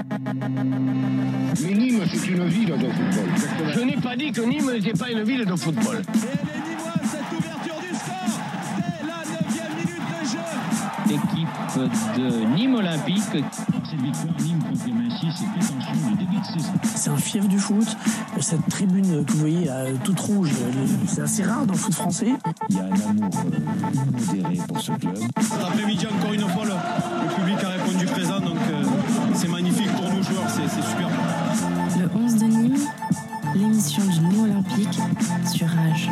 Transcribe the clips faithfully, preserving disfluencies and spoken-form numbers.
Mais Nîmes, c'est une ville de football. Je n'ai pas dit que Nîmes n'était pas une ville de football. Et les Nîmois, cette ouverture du score dès la neuvième minute de jeu. Équipe de Nîmes Olympique. Cette victoire, Nîmes confirme ainsi ses prétentions de début de saison. C'est un fief du foot. Cette tribune que vous voyez là, toute rouge, c'est assez rare dans le foot français. Il y a un amour euh, immodéré pour ce club. L'après-midi, encore une fois, le, le public a répondu présent, donc euh, c'est magnifique pour nous joueurs, c'est, c'est super. Le onze de Nîmes, l'émission du Nîmes Olympique sur Rage.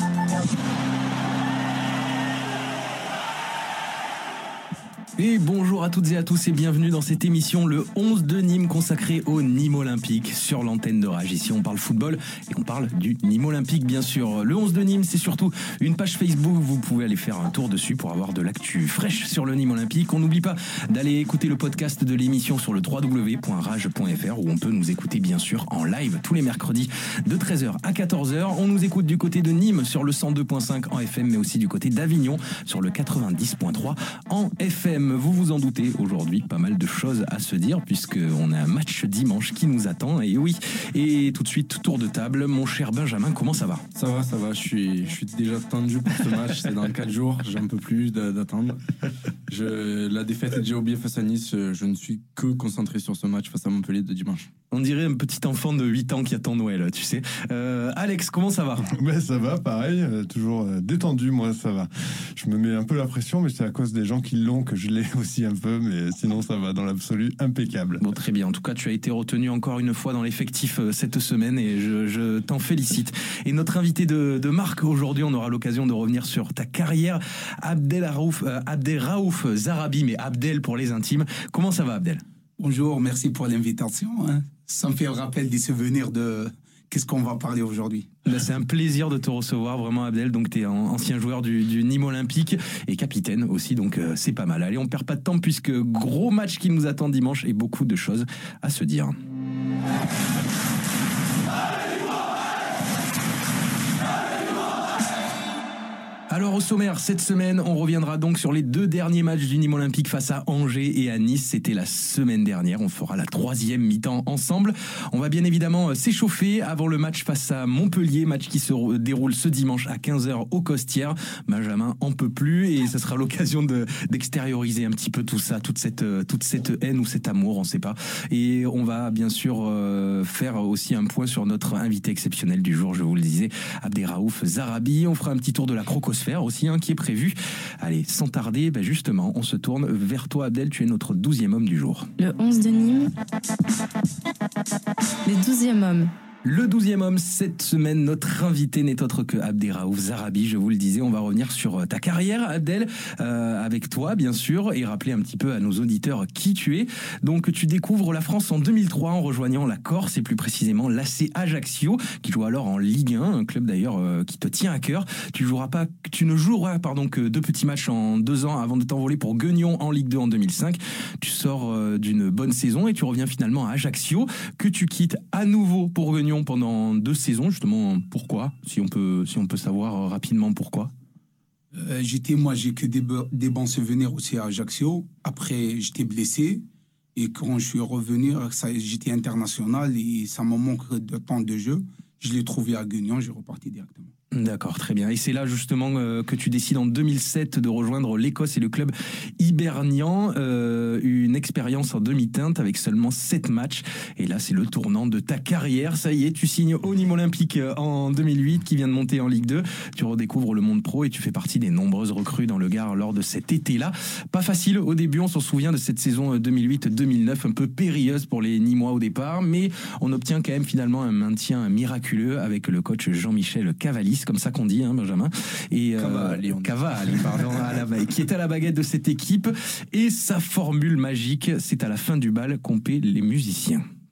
Et bonjour à toutes et à tous et bienvenue dans cette émission, le onze de Nîmes consacré au Nîmes Olympique sur l'antenne de Rage. Ici on parle football et on parle du Nîmes Olympique bien sûr. Le onze de Nîmes, c'est surtout une page Facebook, vous pouvez aller faire un tour dessus pour avoir de l'actu fraîche sur le Nîmes Olympique. On n'oublie pas d'aller écouter le podcast de l'émission sur le w w w point rage point f r où on peut nous écouter bien sûr en live tous les mercredis de treize heures à quatorze heures. On nous écoute du côté de Nîmes sur le cent deux point cinq en F M mais aussi du côté d'Avignon sur le quatre-vingt-dix point trois en F M. Vous vous en doutez, aujourd'hui, pas mal de choses à se dire puisqu'on a un match dimanche qui nous attend. Et oui, et tout de suite, tour de table. Mon cher Benjamin, comment ça va ? Ça va, ça va. Je suis, je suis déjà tendu pour ce match. C'est dans quatre jours. J'en peux plus d'attendre. Je, la défaite est déjà oubliée face à Nice. Je ne suis que concentré sur ce match face à Montpellier de dimanche. On dirait un petit enfant de huit ans qui attend Noël, tu sais. Euh, Alex, comment ça va ? Ben, ça va, pareil. Euh, toujours euh, détendu, moi, ça va. Je me mets un peu la pression, mais c'est à cause des gens qui l'ont que je l'ai aussi un peu, mais sinon ça va dans l'absolu, impeccable. Bon, très bien. En tout cas, tu as été retenu encore une fois dans l'effectif euh, cette semaine et je, je t'en félicite. Et notre invité de, de marque aujourd'hui, on aura l'occasion de revenir sur ta carrière, Abdelraouf, euh, Abdelraouf Zarabi, mais Abdel pour les intimes. Comment ça va, Abdel ? Bonjour, merci pour l'invitation. Hein. Ça me fait le rappel des souvenirs de qu'est-ce qu'on va parler aujourd'hui. C'est un plaisir de te recevoir, vraiment, Abdel. Donc, tu es ancien joueur du, du Nîmes Olympique et capitaine aussi, donc euh, c'est pas mal. Allez, on perd pas de temps puisque gros match qui nous attend dimanche et beaucoup de choses à se dire. Alors au sommaire, cette semaine, on reviendra donc sur les deux derniers matchs du Nîmes Olympique face à Angers et à Nice. C'était la semaine dernière. On fera la troisième mi-temps ensemble. On va bien évidemment s'échauffer avant le match face à Montpellier, match qui se déroule ce dimanche à quinze heures au Costières. Benjamin en peut plus et ce sera l'occasion de, d'extérioriser un petit peu tout ça, toute cette, toute cette haine ou cet amour, on ne sait pas. Et on va bien sûr euh, faire aussi un point sur notre invité exceptionnel du jour, je vous le disais, Abdelraouf Zarabi. On fera un petit tour de la crocosphère aussi hein, qui est prévu. Allez, sans tarder, bah justement, on se tourne vers toi, Abdel. Tu es notre douzième homme du jour. Le onze de Nîmes, le douzième homme. Le douzième homme, cette semaine, notre invité n'est autre que Abdelraouf Zarabi. Je vous le disais, on va revenir sur ta carrière, Abdel, euh, avec toi, bien sûr, et rappeler un petit peu à nos auditeurs qui tu es. Donc, tu découvres la France en deux mille trois en rejoignant la Corse, et plus précisément l'A C Ajaccio, qui joue alors en Ligue un, un club d'ailleurs euh, qui te tient à cœur. Tu joueras pas, tu ne joueras pardon, que deux petits matchs en deux ans avant de t'envoler pour Guignon en Ligue deux en deux mille cinq. Tu sors euh, d'une bonne saison et tu reviens finalement à Ajaccio, que tu quittes à nouveau pour Guignon pendant deux saisons, justement. Pourquoi ? Si on peut, si on peut savoir rapidement pourquoi. Euh, j'étais, moi, j'ai que des, des bons souvenirs aussi à Ajaccio. Après, j'étais blessé. Et quand je suis revenu, ça, j'étais international et ça me manque de temps de jeu. Je l'ai trouvé à Guignon, j'ai reparti directement. D'accord, très bien. Et c'est là justement euh, que tu décides en deux mille sept de rejoindre l'Écosse et le club hibernian. Euh, une expérience en demi-teinte avec seulement sept matchs. Et là, c'est le tournant de ta carrière. Ça y est, tu signes au Nîmes Olympique en deux mille huit, qui vient de monter en Ligue deux. Tu redécouvres le monde pro et tu fais partie des nombreuses recrues dans le Gard lors de cet été-là. Pas facile au début, on s'en souvient de cette saison deux mille huit deux mille neuf, un peu périlleuse pour les Nîmois au départ, mais on obtient quand même finalement un maintien miraculeux avec le coach Jean-Michel Cavalis, comme ça qu'on dit, hein, Benjamin. Et euh, Cavalli, Cavalli, pardon, à la, qui est à la baguette de cette équipe. Et sa formule magique, c'est à la fin du bal qu'on paie les musiciens.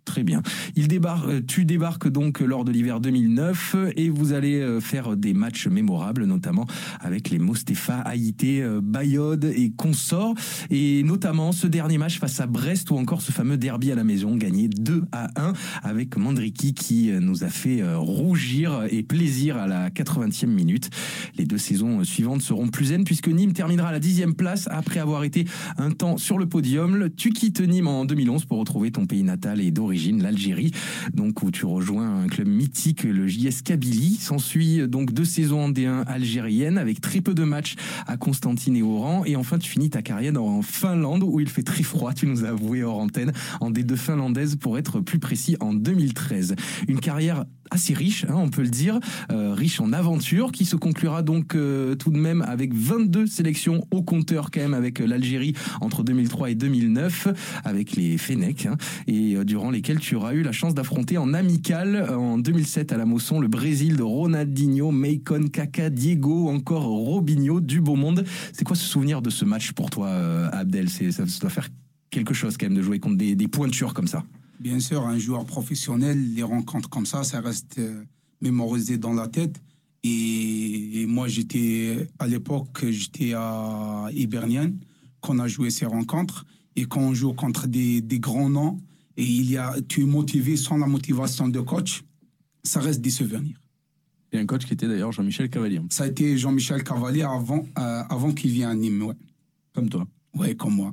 Très bien. Il débarque, tu débarques donc lors de l'hiver deux mille neuf et vous allez faire des matchs mémorables, notamment avec les Mostefa, Haïté, Bayod et consorts. Et notamment ce dernier match face à Brest ou encore ce fameux derby à la maison gagné deux à un avec Mandriki qui nous a fait rougir et plaisir à la quatre-vingtième minute. Les deux saisons suivantes seront plus zen puisque Nîmes terminera à la dixième place après avoir été un temps sur le podium. Tu quittes Nîmes en deux mille onze pour retrouver ton pays natal et d'origine, l'Algérie, donc où tu rejoins un club mythique, le J S Kabylie. S'ensuit donc deux saisons en D un algérienne avec très peu de matchs à Constantine et Oran. Et enfin, tu finis ta carrière en Finlande où il fait très froid. Tu nous as avoué hors antenne en D deux finlandaise pour être plus précis en deux mille treize. Une carrière assez riche, hein, on peut le dire, euh, riche en aventures, qui se conclura donc euh, tout de même avec vingt-deux sélections au compteur quand même avec l'Algérie entre deux mille trois et deux mille neuf, avec les Fennecs, hein, et euh, durant lesquels tu auras eu la chance d'affronter en amical en deux mille sept à la Mosson le Brésil de Ronaldinho, Maicon, Kaka, Diego, encore Robinho, du beau monde. C'est quoi ce souvenir de ce match pour toi, euh, Abdel? C'est, ça, ça doit faire quelque chose quand même de jouer contre des, des pointures comme ça. Bien sûr, un joueur professionnel, les rencontres comme ça, ça reste euh, mémorisé dans la tête. Et, et moi, j'étais à l'époque, j'étais à Hibernian, qu'on a joué ces rencontres. Et quand on joue contre des, des grands noms, et il y a, tu es motivé sans la motivation de coach, ça reste des souvenirs. Et un coach qui était d'ailleurs Jean-Michel Cavalier. Ça a été Jean-Michel Cavalier avant, euh, avant qu'il vienne à Nîmes, ouais. Comme toi. Ouais, comme moi.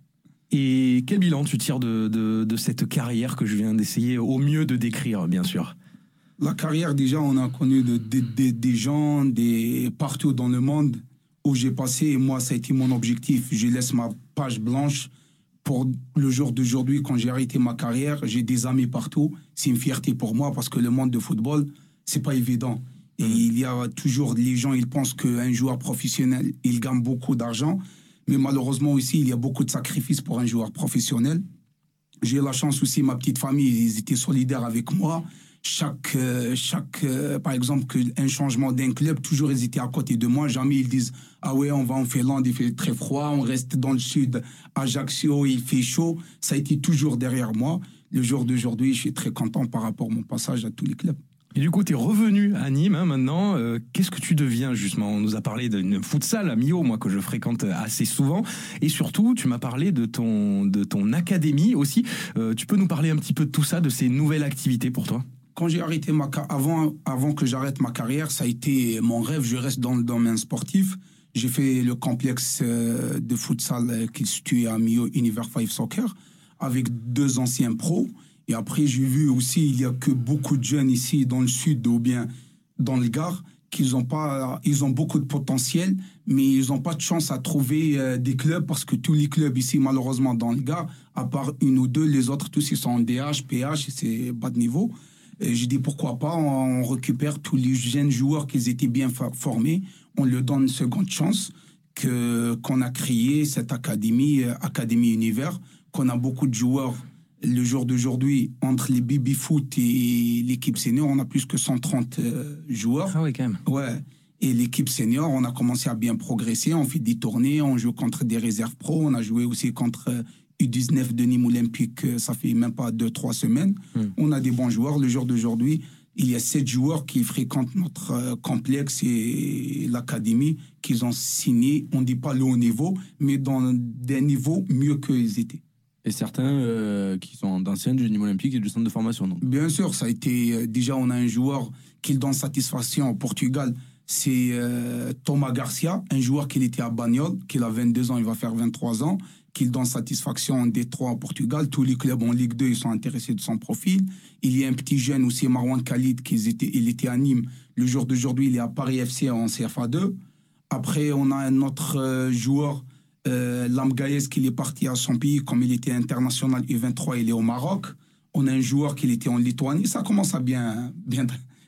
Et quel bilan tu tires de, de, de cette carrière que je viens d'essayer au mieux de décrire, bien sûr? La carrière, déjà, on a connu de, de, de, des gens des, partout dans le monde où j'ai passé. Et moi, ça a été mon objectif. Je laisse ma page blanche pour le jour d'aujourd'hui. Quand j'ai arrêté ma carrière, j'ai des amis partout. C'est une fierté pour moi parce que le monde de football, c'est pas évident. Et mmh. il y a toujours, les gens, ils pensent qu'un joueur professionnel, il gagne beaucoup d'argent. Mais malheureusement aussi, il y a beaucoup de sacrifices pour un joueur professionnel. J'ai la chance aussi, ma petite famille, ils étaient solidaires avec moi. Chaque, euh, chaque euh, par exemple, un changement d'un club, toujours ils étaient à côté de moi. Jamais ils disent « Ah ouais, on va en Finlande, il fait très froid. On reste dans le sud, Ajaccio, il fait chaud. » Ça a été toujours derrière moi. Le jour d'aujourd'hui, je suis très content par rapport à mon passage à tous les clubs. Et du coup, tu es revenu à Nîmes hein, maintenant. Euh, qu'est-ce que tu deviens justement? On nous a parlé d'une futsal à Millau, moi que je fréquente assez souvent. Et surtout, tu m'as parlé de ton, de ton académie aussi. Euh, tu peux nous parler un petit peu de tout ça, de ces nouvelles activités pour toi? Quand j'ai arrêté ma carrière, avant, avant que j'arrête ma carrière, ça a été mon rêve. Je reste dans le domaine sportif. J'ai fait le complexe euh, de futsal euh, qui se situe à Millau, Univers cinq Soccer, avec deux anciens pros. Et après, j'ai vu aussi, il y a que beaucoup de jeunes ici dans le sud ou bien dans le Gard, qu'ils ont pas, ils ont beaucoup de potentiel, mais ils n'ont pas de chance à trouver euh, des clubs parce que tous les clubs ici, malheureusement, dans le Gard, à part une ou deux, les autres, tous, ils sont en D H, P H, c'est bas de niveau. Et j'ai dit, pourquoi pas, on récupère tous les jeunes joueurs qui étaient bien formés, on leur donne une seconde chance, que, qu'on a créé cette académie, euh, Académie Univers, qu'on a beaucoup de joueurs. Le jour d'aujourd'hui, entre les baby-foot et l'équipe senior, on a plus que cent trente euh, joueurs. Ah oui, quand même. Ouais. Et l'équipe senior, on a commencé à bien progresser. On fait des tournées, on joue contre des réserves pro. On a joué aussi contre euh, U dix-neuf de Nîmes Olympique, euh, ça fait même pas deux, trois semaines. Mm. On a des bons joueurs. Le jour d'aujourd'hui, il y a sept joueurs qui fréquentent notre euh, complexe et l'académie, qu'ils ont signé, on ne dit pas le haut niveau, mais dans des niveaux mieux qu'ils étaient. Et certains euh, qui sont d'anciens du Nîmes Olympique et du centre de formation, donc. Bien sûr, ça a été... Euh, déjà, on a un joueur qui donne satisfaction au Portugal. C'est euh, Thomas Garcia, un joueur qui était à Bagnoles, qui a vingt-deux ans, il va faire vingt-trois ans, qui donne satisfaction en D trois au Portugal. Tous les clubs en Ligue deux, ils sont intéressés de son profil. Il y a un petit jeune aussi, Marwan Khalid, qui était, il était à Nîmes. Le jour d'aujourd'hui, il est à Paris F C en C F A deux. Après, on a un autre euh, joueur... Euh, Lam Gaez qui est parti à son pays, comme il était international U vingt-trois, il est au Maroc. On a un joueur qui était en Lituanie. Ça commence à bien, bien,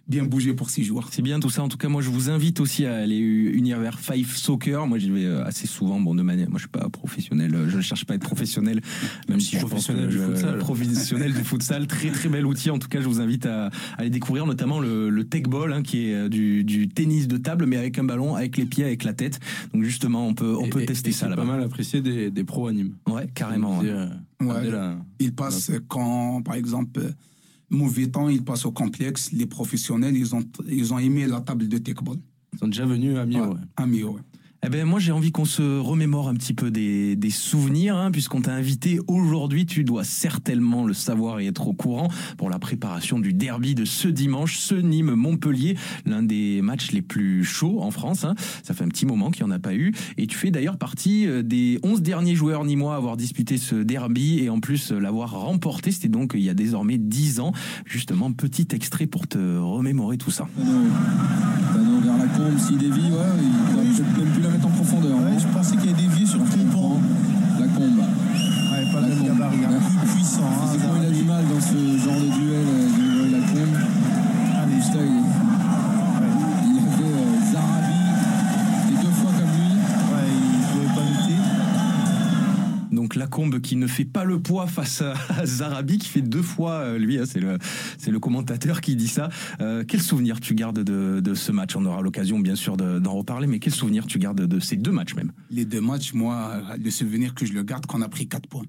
bien bouger pour six joueurs. C'est bien tout ça. En tout cas, moi, je vous invite aussi à aller univers Five Soccer. Moi, j'y vais assez souvent. Bon, de manière, moi, je suis pas professionnel. Je ne cherche pas à être professionnel, même si je pense que du je, futsal. professionnel du futsal. Très, très bel outil. En tout cas, je vous invite à, à aller découvrir notamment le, le tech ball, hein, qui est du, du tennis de table, mais avec un ballon, avec les pieds, avec la tête. Donc, justement, on peut, on et, peut et, tester et ça c'est là-bas. pas mal apprécié des, des pros animes. Ouais, carrément. C'est, Ouais. euh, Ouais, la, il passe la... quand, par exemple, mauvais temps, il passe au complexe. Les professionnels, ils ont, ils ont aimé la table de tech-ball. Ils sont déjà venus à Mio. Ouais, Ouais. À Mio, ouais. Eh ben moi j'ai envie qu'on se remémore un petit peu des, des souvenirs, hein, puisqu'on t'a invité aujourd'hui. Tu dois certainement le savoir et être au courant pour la préparation du derby de ce dimanche, ce Nîmes-Montpellier, l'un des matchs les plus chauds en France. Hein. Ça fait un petit moment qu'il n'y en a pas eu. Et tu fais d'ailleurs partie des onze derniers joueurs nîmois à avoir disputé ce derby et en plus l'avoir remporté. C'était donc il y a désormais dix ans. Justement, petit extrait pour te remémorer tout ça. Panneau vers la combe, s'il dévie, ouais, il ne peut même plus la mettre en profondeur. Ouais, je pensais qu'il y avait dévié sur le pont. La combe. Ouais, pas la le même gabarit, hein. Plus puissant. Hein, Physiquement, il a du mal dans ce genre de duel de Noël Lacombe. Ah, mais ça, il, ouais. il a fait euh, Zarabi, et deux fois comme lui. Ouais, il ne pouvait pas lutter. Donc Lacombe qui ne fait pas le poids face à, à Zarabi, qui fait deux fois euh, lui, hein, c'est le c'est le commentateur qui dit ça. Euh, quel souvenir tu gardes de, de ce match? On aura l'occasion bien sûr de, d'en reparler, mais quel souvenir tu gardes de ces deux matchs même? Les deux matchs, moi, le souvenir que je le garde, qu'on a pris quatre points.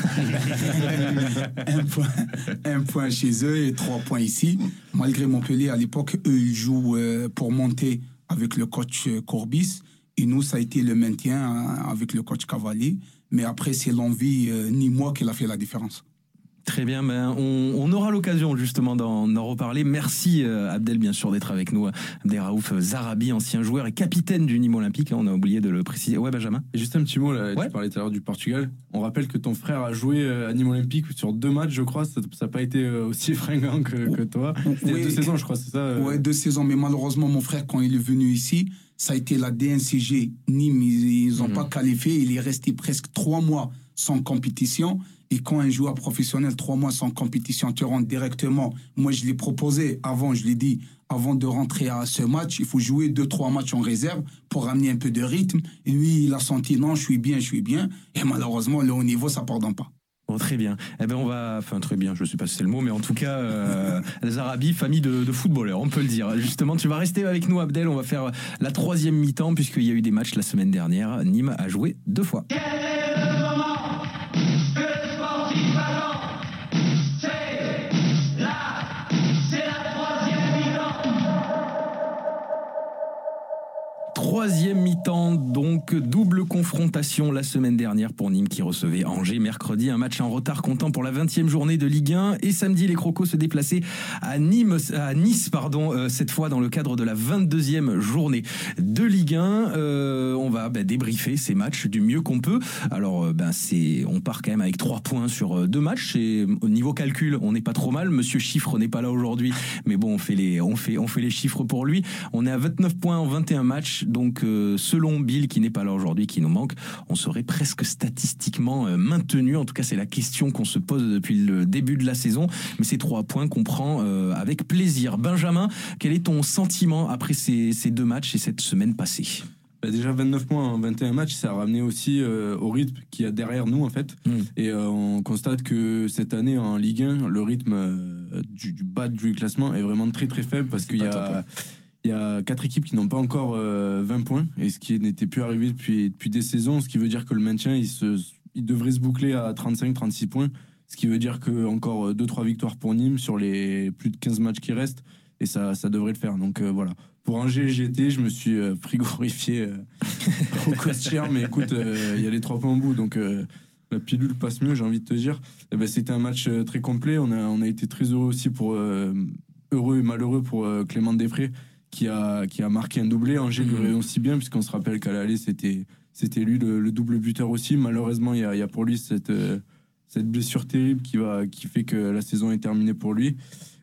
un, point, un point chez eux et trois points ici. Malgré Montpellier, à l'époque, eux, ils jouent euh, pour monter avec le coach Courbis. Et nous, ça a été le maintien hein, avec le coach Cavalier. Mais après, c'est l'envie, euh, ni moi, qui a fait la différence. Très bien, ben on, on aura l'occasion justement d'en, d'en reparler. Merci euh, Abdel bien sûr d'être avec nous. Abdelraouf Zarabi, ancien joueur et capitaine du Nîmes Olympique, hein, on a oublié de le préciser. Ouais Benjamin. Et juste un petit mot là, ouais. Tu parlais tout à l'heure du Portugal. On rappelle que ton frère a joué à Nîmes Olympique sur deux matchs, je crois. Ça n'a pas été aussi fringant que, que toi. C'était oui. deux saisons, je crois, c'est ça euh... Ouais, deux saisons. Mais malheureusement, mon frère, quand il est venu ici, ça a été la D N C G. Nîmes, ils n'ont mmh. pas qualifié. Il est resté presque trois mois sans compétition. Et quand un joueur professionnel, trois mois sans compétition, te rentre directement, moi je l'ai proposé avant, je l'ai dit, avant de rentrer à ce match, il faut jouer deux, trois matchs en réserve pour ramener un peu de rythme. Et lui, il a senti, non, je suis bien, je suis bien. Et malheureusement, le haut niveau, ça ne pardonne pas. Bon, très bien. Eh ben on va, enfin très bien. Je sais pas si c'est le mot, mais en tout cas, euh, Zarabi, famille de, de footballeurs, on peut le dire. Justement, tu vas rester avec nous, Abdel. On va faire la troisième mi-temps puisqu'il y a eu des matchs la semaine dernière. Nîmes a joué deux fois. Troisième mi-temps, donc double confrontation la semaine dernière pour Nîmes qui recevait Angers. Mercredi, un match en retard comptant pour la vingtième journée de Ligue un. Et samedi, les Crocos se déplaçaient à, Nîmes, à Nice, pardon, euh, cette fois dans le cadre de la vingt-deuxième journée de Ligue un. Euh, on va bah, débriefer ces matchs du mieux qu'on peut. Alors, euh, bah, c'est, on part quand même avec trois points sur euh, deux matchs. Et au niveau calcul, on n'est pas trop mal. Monsieur Chiffre n'est pas là aujourd'hui, mais bon, on fait les, on fait, on fait les chiffres pour lui. On est à vingt-neuf points en vingt et un matchs. Donc, euh, selon Bill, qui n'est pas là aujourd'hui, qui nous manque, on serait presque statistiquement euh, maintenu. En tout cas, c'est la question qu'on se pose depuis le début de la saison. Mais ces trois points qu'on prend euh, avec plaisir. Benjamin, quel est ton sentiment après ces, ces deux matchs et cette semaine passée ? Bah déjà vingt-neuf points en vingt et un matchs, ça a ramené aussi euh, au rythme qu'il y a derrière nous en fait. Mmh. Et euh, on constate que cette année en Ligue un, le rythme euh, du, du bas du classement est vraiment très très faible parce qu'il y a... Il y a quatre équipes qui n'ont pas encore euh, vingt points, et ce qui n'était plus arrivé depuis, depuis des saisons, ce qui veut dire que le maintien, il, se, il devrait se boucler à trente-cinq trente-six points, ce qui veut dire que encore deux trois victoires pour Nîmes sur les plus de quinze matchs qui restent, et ça, ça devrait le faire. Donc euh, voilà. Pour Angers, j'y étais, je me suis euh, frigorifié euh, au costière, mais écoute, il euh, y a les trois points au bout, donc euh, la pilule passe mieux, j'ai envie de te dire. Et ben, c'était un match euh, très complet, on a, on a été très heureux aussi, pour euh, heureux et malheureux pour euh, Clément Desprez, qui a, qui a marqué un doublé. Angers lui réussit aussi bien, puisqu'on se rappelle qu'à l'aller, c'était, c'était lui le, le double buteur aussi. Malheureusement, il y a, il y a pour lui cette, euh, cette blessure terrible qui, va, qui fait que la saison est terminée pour lui.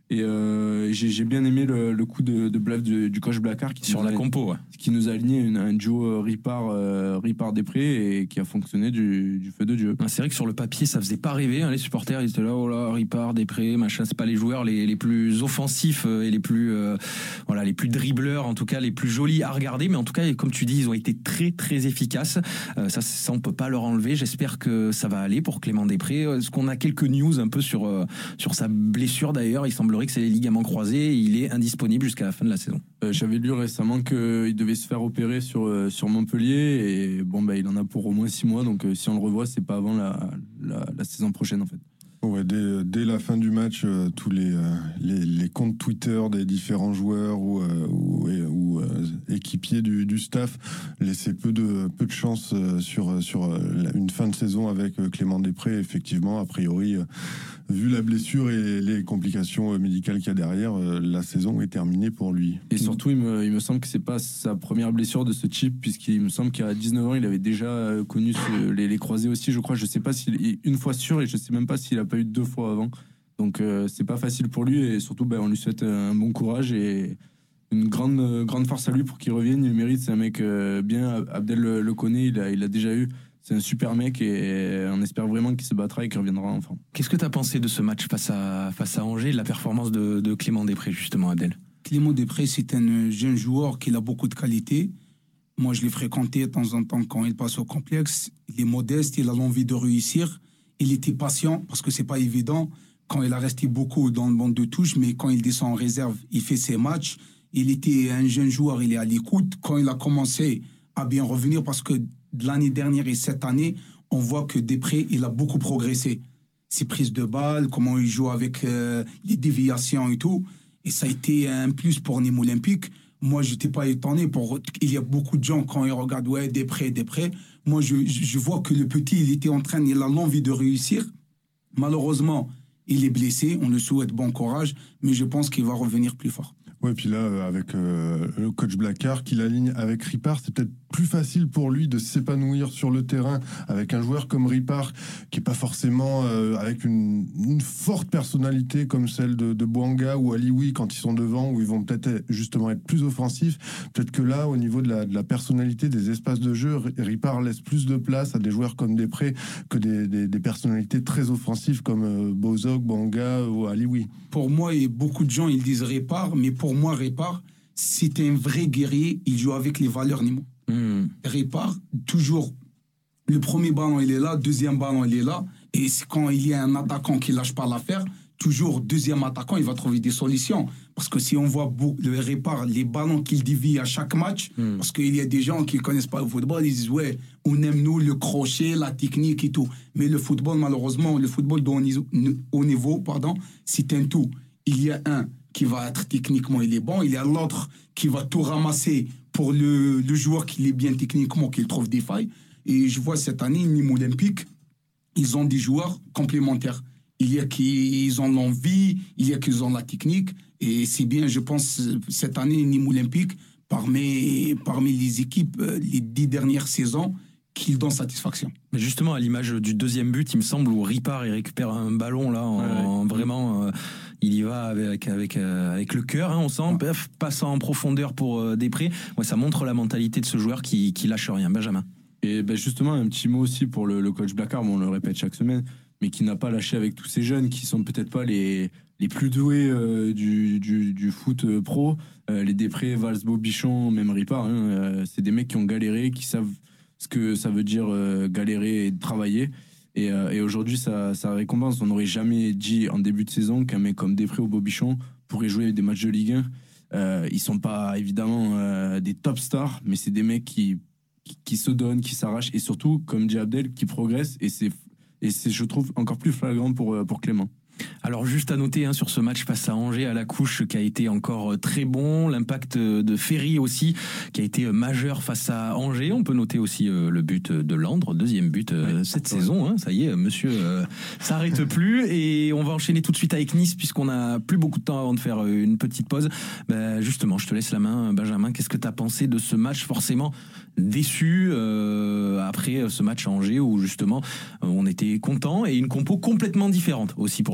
Et euh, j'ai, j'ai bien aimé le, le coup de, de bluff du, du coach Blacard qui sur la a, compo, ouais. qui nous a aligné une, un duo Ripard euh, Ripard Després et qui a fonctionné du, du feu de Dieu. C'est vrai que sur le papier ça faisait pas rêver, hein, les supporters ils étaient là, oh là, Ripard, Després, machin, c'est pas les joueurs les, les plus offensifs et les plus euh, voilà les plus dribbleurs, en tout cas les plus jolis à regarder, mais en tout cas comme tu dis ils ont été très très efficaces. Euh, ça, ça on peut pas leur enlever. J'espère que ça va aller pour Clément Després. Est-ce qu'on a quelques news un peu sur euh, sur sa blessure d'ailleurs? Il semblerait que c'est les ligaments croisés. Et il est indisponible jusqu'à la fin de la saison. Euh, j'avais lu récemment qu'il devait se faire opérer sur euh, sur Montpellier et bon bah il en a pour au moins six mois. Donc euh, si on le revoit, c'est pas avant la, la la saison prochaine en fait. Ouais, dès, dès la fin du match, euh, tous les, euh, les les comptes Twitter des différents joueurs ou, euh, ou, et, ou euh, équipiers du, du staff laissaient peu de peu de chance euh, sur sur euh, une fin de saison avec euh, Clément Després. Effectivement, a priori, euh, vu la blessure et les complications euh, médicales qu'il y a derrière, euh, la saison est terminée pour lui. Et surtout, il me il me semble que c'est pas sa première blessure de ce type, puisqu'il me semble qu'à dix-neuf ans, il avait déjà euh, connu ce, les les croisés aussi. Je crois, je sais pas s'il une fois sûr et je sais même pas s'il a pas eu deux fois avant, donc euh, c'est pas facile pour lui et surtout ben, on lui souhaite un bon courage et une grande euh, grande force à lui pour qu'il revienne. Il le mérite, c'est un mec euh, bien. Abdel le, le connaît, il a il a déjà eu, c'est un super mec et on espère vraiment qu'il se battra et qu'il reviendra enfin. Qu'est-ce que tu as pensé de ce match face à face à Angers, de la performance de, de Clément Després justement, Abdel? Clément Després, c'est un jeune joueur qui a beaucoup de qualités. Moi je l'ai fréquenté de temps en temps quand il passe au complexe. Il est modeste, il a l'envie de réussir. Il était patient parce que c'est pas évident quand il a resté beaucoup dans le banc de touche, mais quand il descend en réserve, il fait ses matchs. Il était un jeune joueur, il est à l'écoute. Quand il a commencé à bien revenir, parce que de l'année dernière et cette année, on voit que Després, il a beaucoup progressé. Ses prises de balles, comment il joue avec euh, les déviations et tout. Et ça a été un plus pour Nîmes Olympique. Moi, je n'étais pas étonné. Pour... Il y a beaucoup de gens, quand ils regardent, ouais, Després, Després. Moi, je, je vois que le petit, il était en train, il a l'envie de réussir. Malheureusement, il est blessé. On le souhaite bon courage, mais je pense qu'il va revenir plus fort. Ouais, puis là, avec euh, le coach Blacard qui l'aligne avec Ripard, c'est peut-être plus facile pour lui de s'épanouir sur le terrain avec un joueur comme Ripard, qui est pas forcément euh, avec une, une forte personnalité comme celle de, de Bouanga ou Alioui quand ils sont devant, où ils vont peut-être justement être plus offensifs. Peut-être que là, au niveau de la, de la personnalité, des espaces de jeu, Ripard laisse plus de place à des joueurs comme Després que des, des, des personnalités très offensives comme euh, Bozog, Bouanga ou Alioui. Pour moi, et beaucoup de gens, ils disent Ripard, mais pour moi, Ripard, c'est un vrai guerrier. Il joue avec les valeurs Nîmes. Mmh. Ripard, toujours, le premier ballon, il est là, deuxième ballon, il est là. Et quand il y a un attaquant qui lâche pas l'affaire, toujours deuxième attaquant, il va trouver des solutions. Parce que si on voit le Ripard, les ballons qu'il dévie à chaque match, mmh. parce qu'il y a des gens qui ne connaissent pas le football, ils disent, ouais, on aime nous le crochet, la technique et tout. Mais le football, malheureusement, le football de haut niveau, haut niveau pardon, c'est un tout. Il y a un qui va être techniquement, il est bon, il y a l'autre qui va tout ramasser pour le, le joueur qui est bien techniquement, qu'il trouve des failles. Et je vois cette année, Nîmes Olympique, ils ont des joueurs complémentaires. Il y a qui ont l'envie, il y a qui ont la technique. Et c'est bien, je pense, cette année, Nîmes Olympique, parmi, parmi les équipes, les dix dernières saisons, qu'ils donnent satisfaction. Mais justement, à l'image du deuxième but, il me semble, où Ripard il récupère un ballon, là, en, ouais, en vraiment... Euh, il y va avec, avec, euh, avec le cœur, hein, on sent, ouais. Passant en profondeur pour euh, Després. Ouais, ça montre la mentalité de ce joueur qui, qui lâche rien. Benjamin. Et ben justement, un petit mot aussi pour le, le coach Blacard, bon, on le répète chaque semaine, mais qui n'a pas lâché avec tous ces jeunes qui sont peut-être pas les, les plus doués euh, du, du, du foot euh, pro. Euh, les Després, Valls, Bobichon, même Ripard, hein, euh, c'est des mecs qui ont galéré, qui savent ce que ça veut dire euh, galérer et travailler. Et, euh, et aujourd'hui, ça, ça récompense. On n'aurait jamais dit en début de saison qu'un mec comme Després ou Bobichon pourrait jouer des matchs de Ligue un. Euh, ils sont pas évidemment euh, des top stars, mais c'est des mecs qui, qui, qui se donnent, qui s'arrachent et surtout, comme dit Abdel, qui progressent. Et c'est, et c'est, je trouve, encore plus flagrant pour, pour Clément. Alors juste à noter hein, sur ce match face à Angers à la couche qui a été encore très bon, l'impact de Ferry aussi qui a été majeur face à Angers. On peut noter aussi euh, le but de Landre, deuxième but euh, ouais, cette ouais. saison, hein, ça y est monsieur euh, s'arrête plus et on va enchaîner tout de suite avec Nice puisqu'on n'a plus beaucoup de temps avant de faire une petite pause. Ben, justement je te laisse la main Benjamin, qu'est-ce que tu as pensé de ce match forcément déçu euh, après ce match à Angers où justement on était content et une compo complètement différente aussi pour le coup. Là, il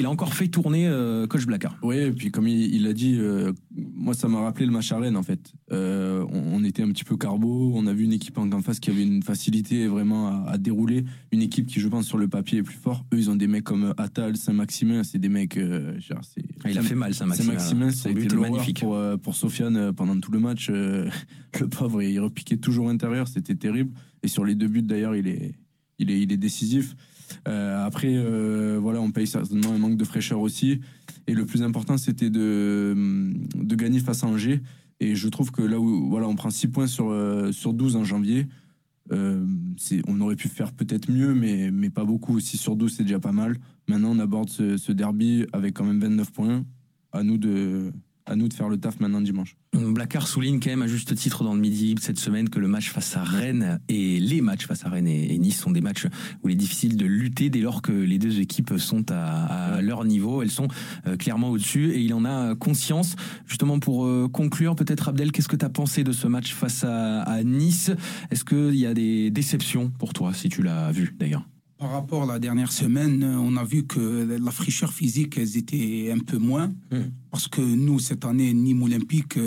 il a encore fait tourner euh, coach Blacard. Oui, et puis comme il l'a dit, euh, moi ça m'a rappelé le match à Rennes en fait. Euh, on, on était un petit peu carbo, on a vu une équipe en face qui avait une facilité vraiment à, à dérouler, une équipe qui je pense sur le papier est plus fort. Eux ils ont des mecs comme Attal, Saint-Maximin, c'est des mecs... Euh, genre, c'est, ah, il a fait mal Saint-Maximin. Saint-Maximin, ça a été magnifique pour, pour Sofiane pendant tout le match. Euh, le pauvre, il repiquait toujours intérieur, c'était terrible. Et sur les deux buts d'ailleurs, il est, il est, il est décisif. Euh, après, euh, voilà, on paye certainement un manque de fraîcheur aussi. Et le plus important, c'était de, de gagner face à Angers. Et je trouve que là où voilà, on prend six points sur, euh, sur douze en janvier, euh, c'est, on aurait pu faire peut-être mieux, mais, mais pas beaucoup. six sur douze, c'est déjà pas mal. Maintenant, on aborde ce, ce derby avec quand même vingt-neuf points. À nous de... à nous de faire le taf maintenant dimanche. Blacard souligne quand même à juste titre dans le Midi cette semaine que le match face à Rennes et les matchs face à Rennes et Nice sont des matchs où il est difficile de lutter dès lors que les deux équipes sont à, à leur niveau. Elles sont euh, clairement au-dessus et il en a conscience. Justement pour euh, conclure, peut-être Abdel, qu'est-ce que tu as pensé de ce match face à, à Nice ? Est-ce qu'il y a des déceptions pour toi, si tu l'as vu d'ailleurs ? Par rapport à la dernière semaine, on a vu que la fraîcheur physique, elles étaient un peu moins. Mmh. Parce que nous, cette année, Nîmes Olympique,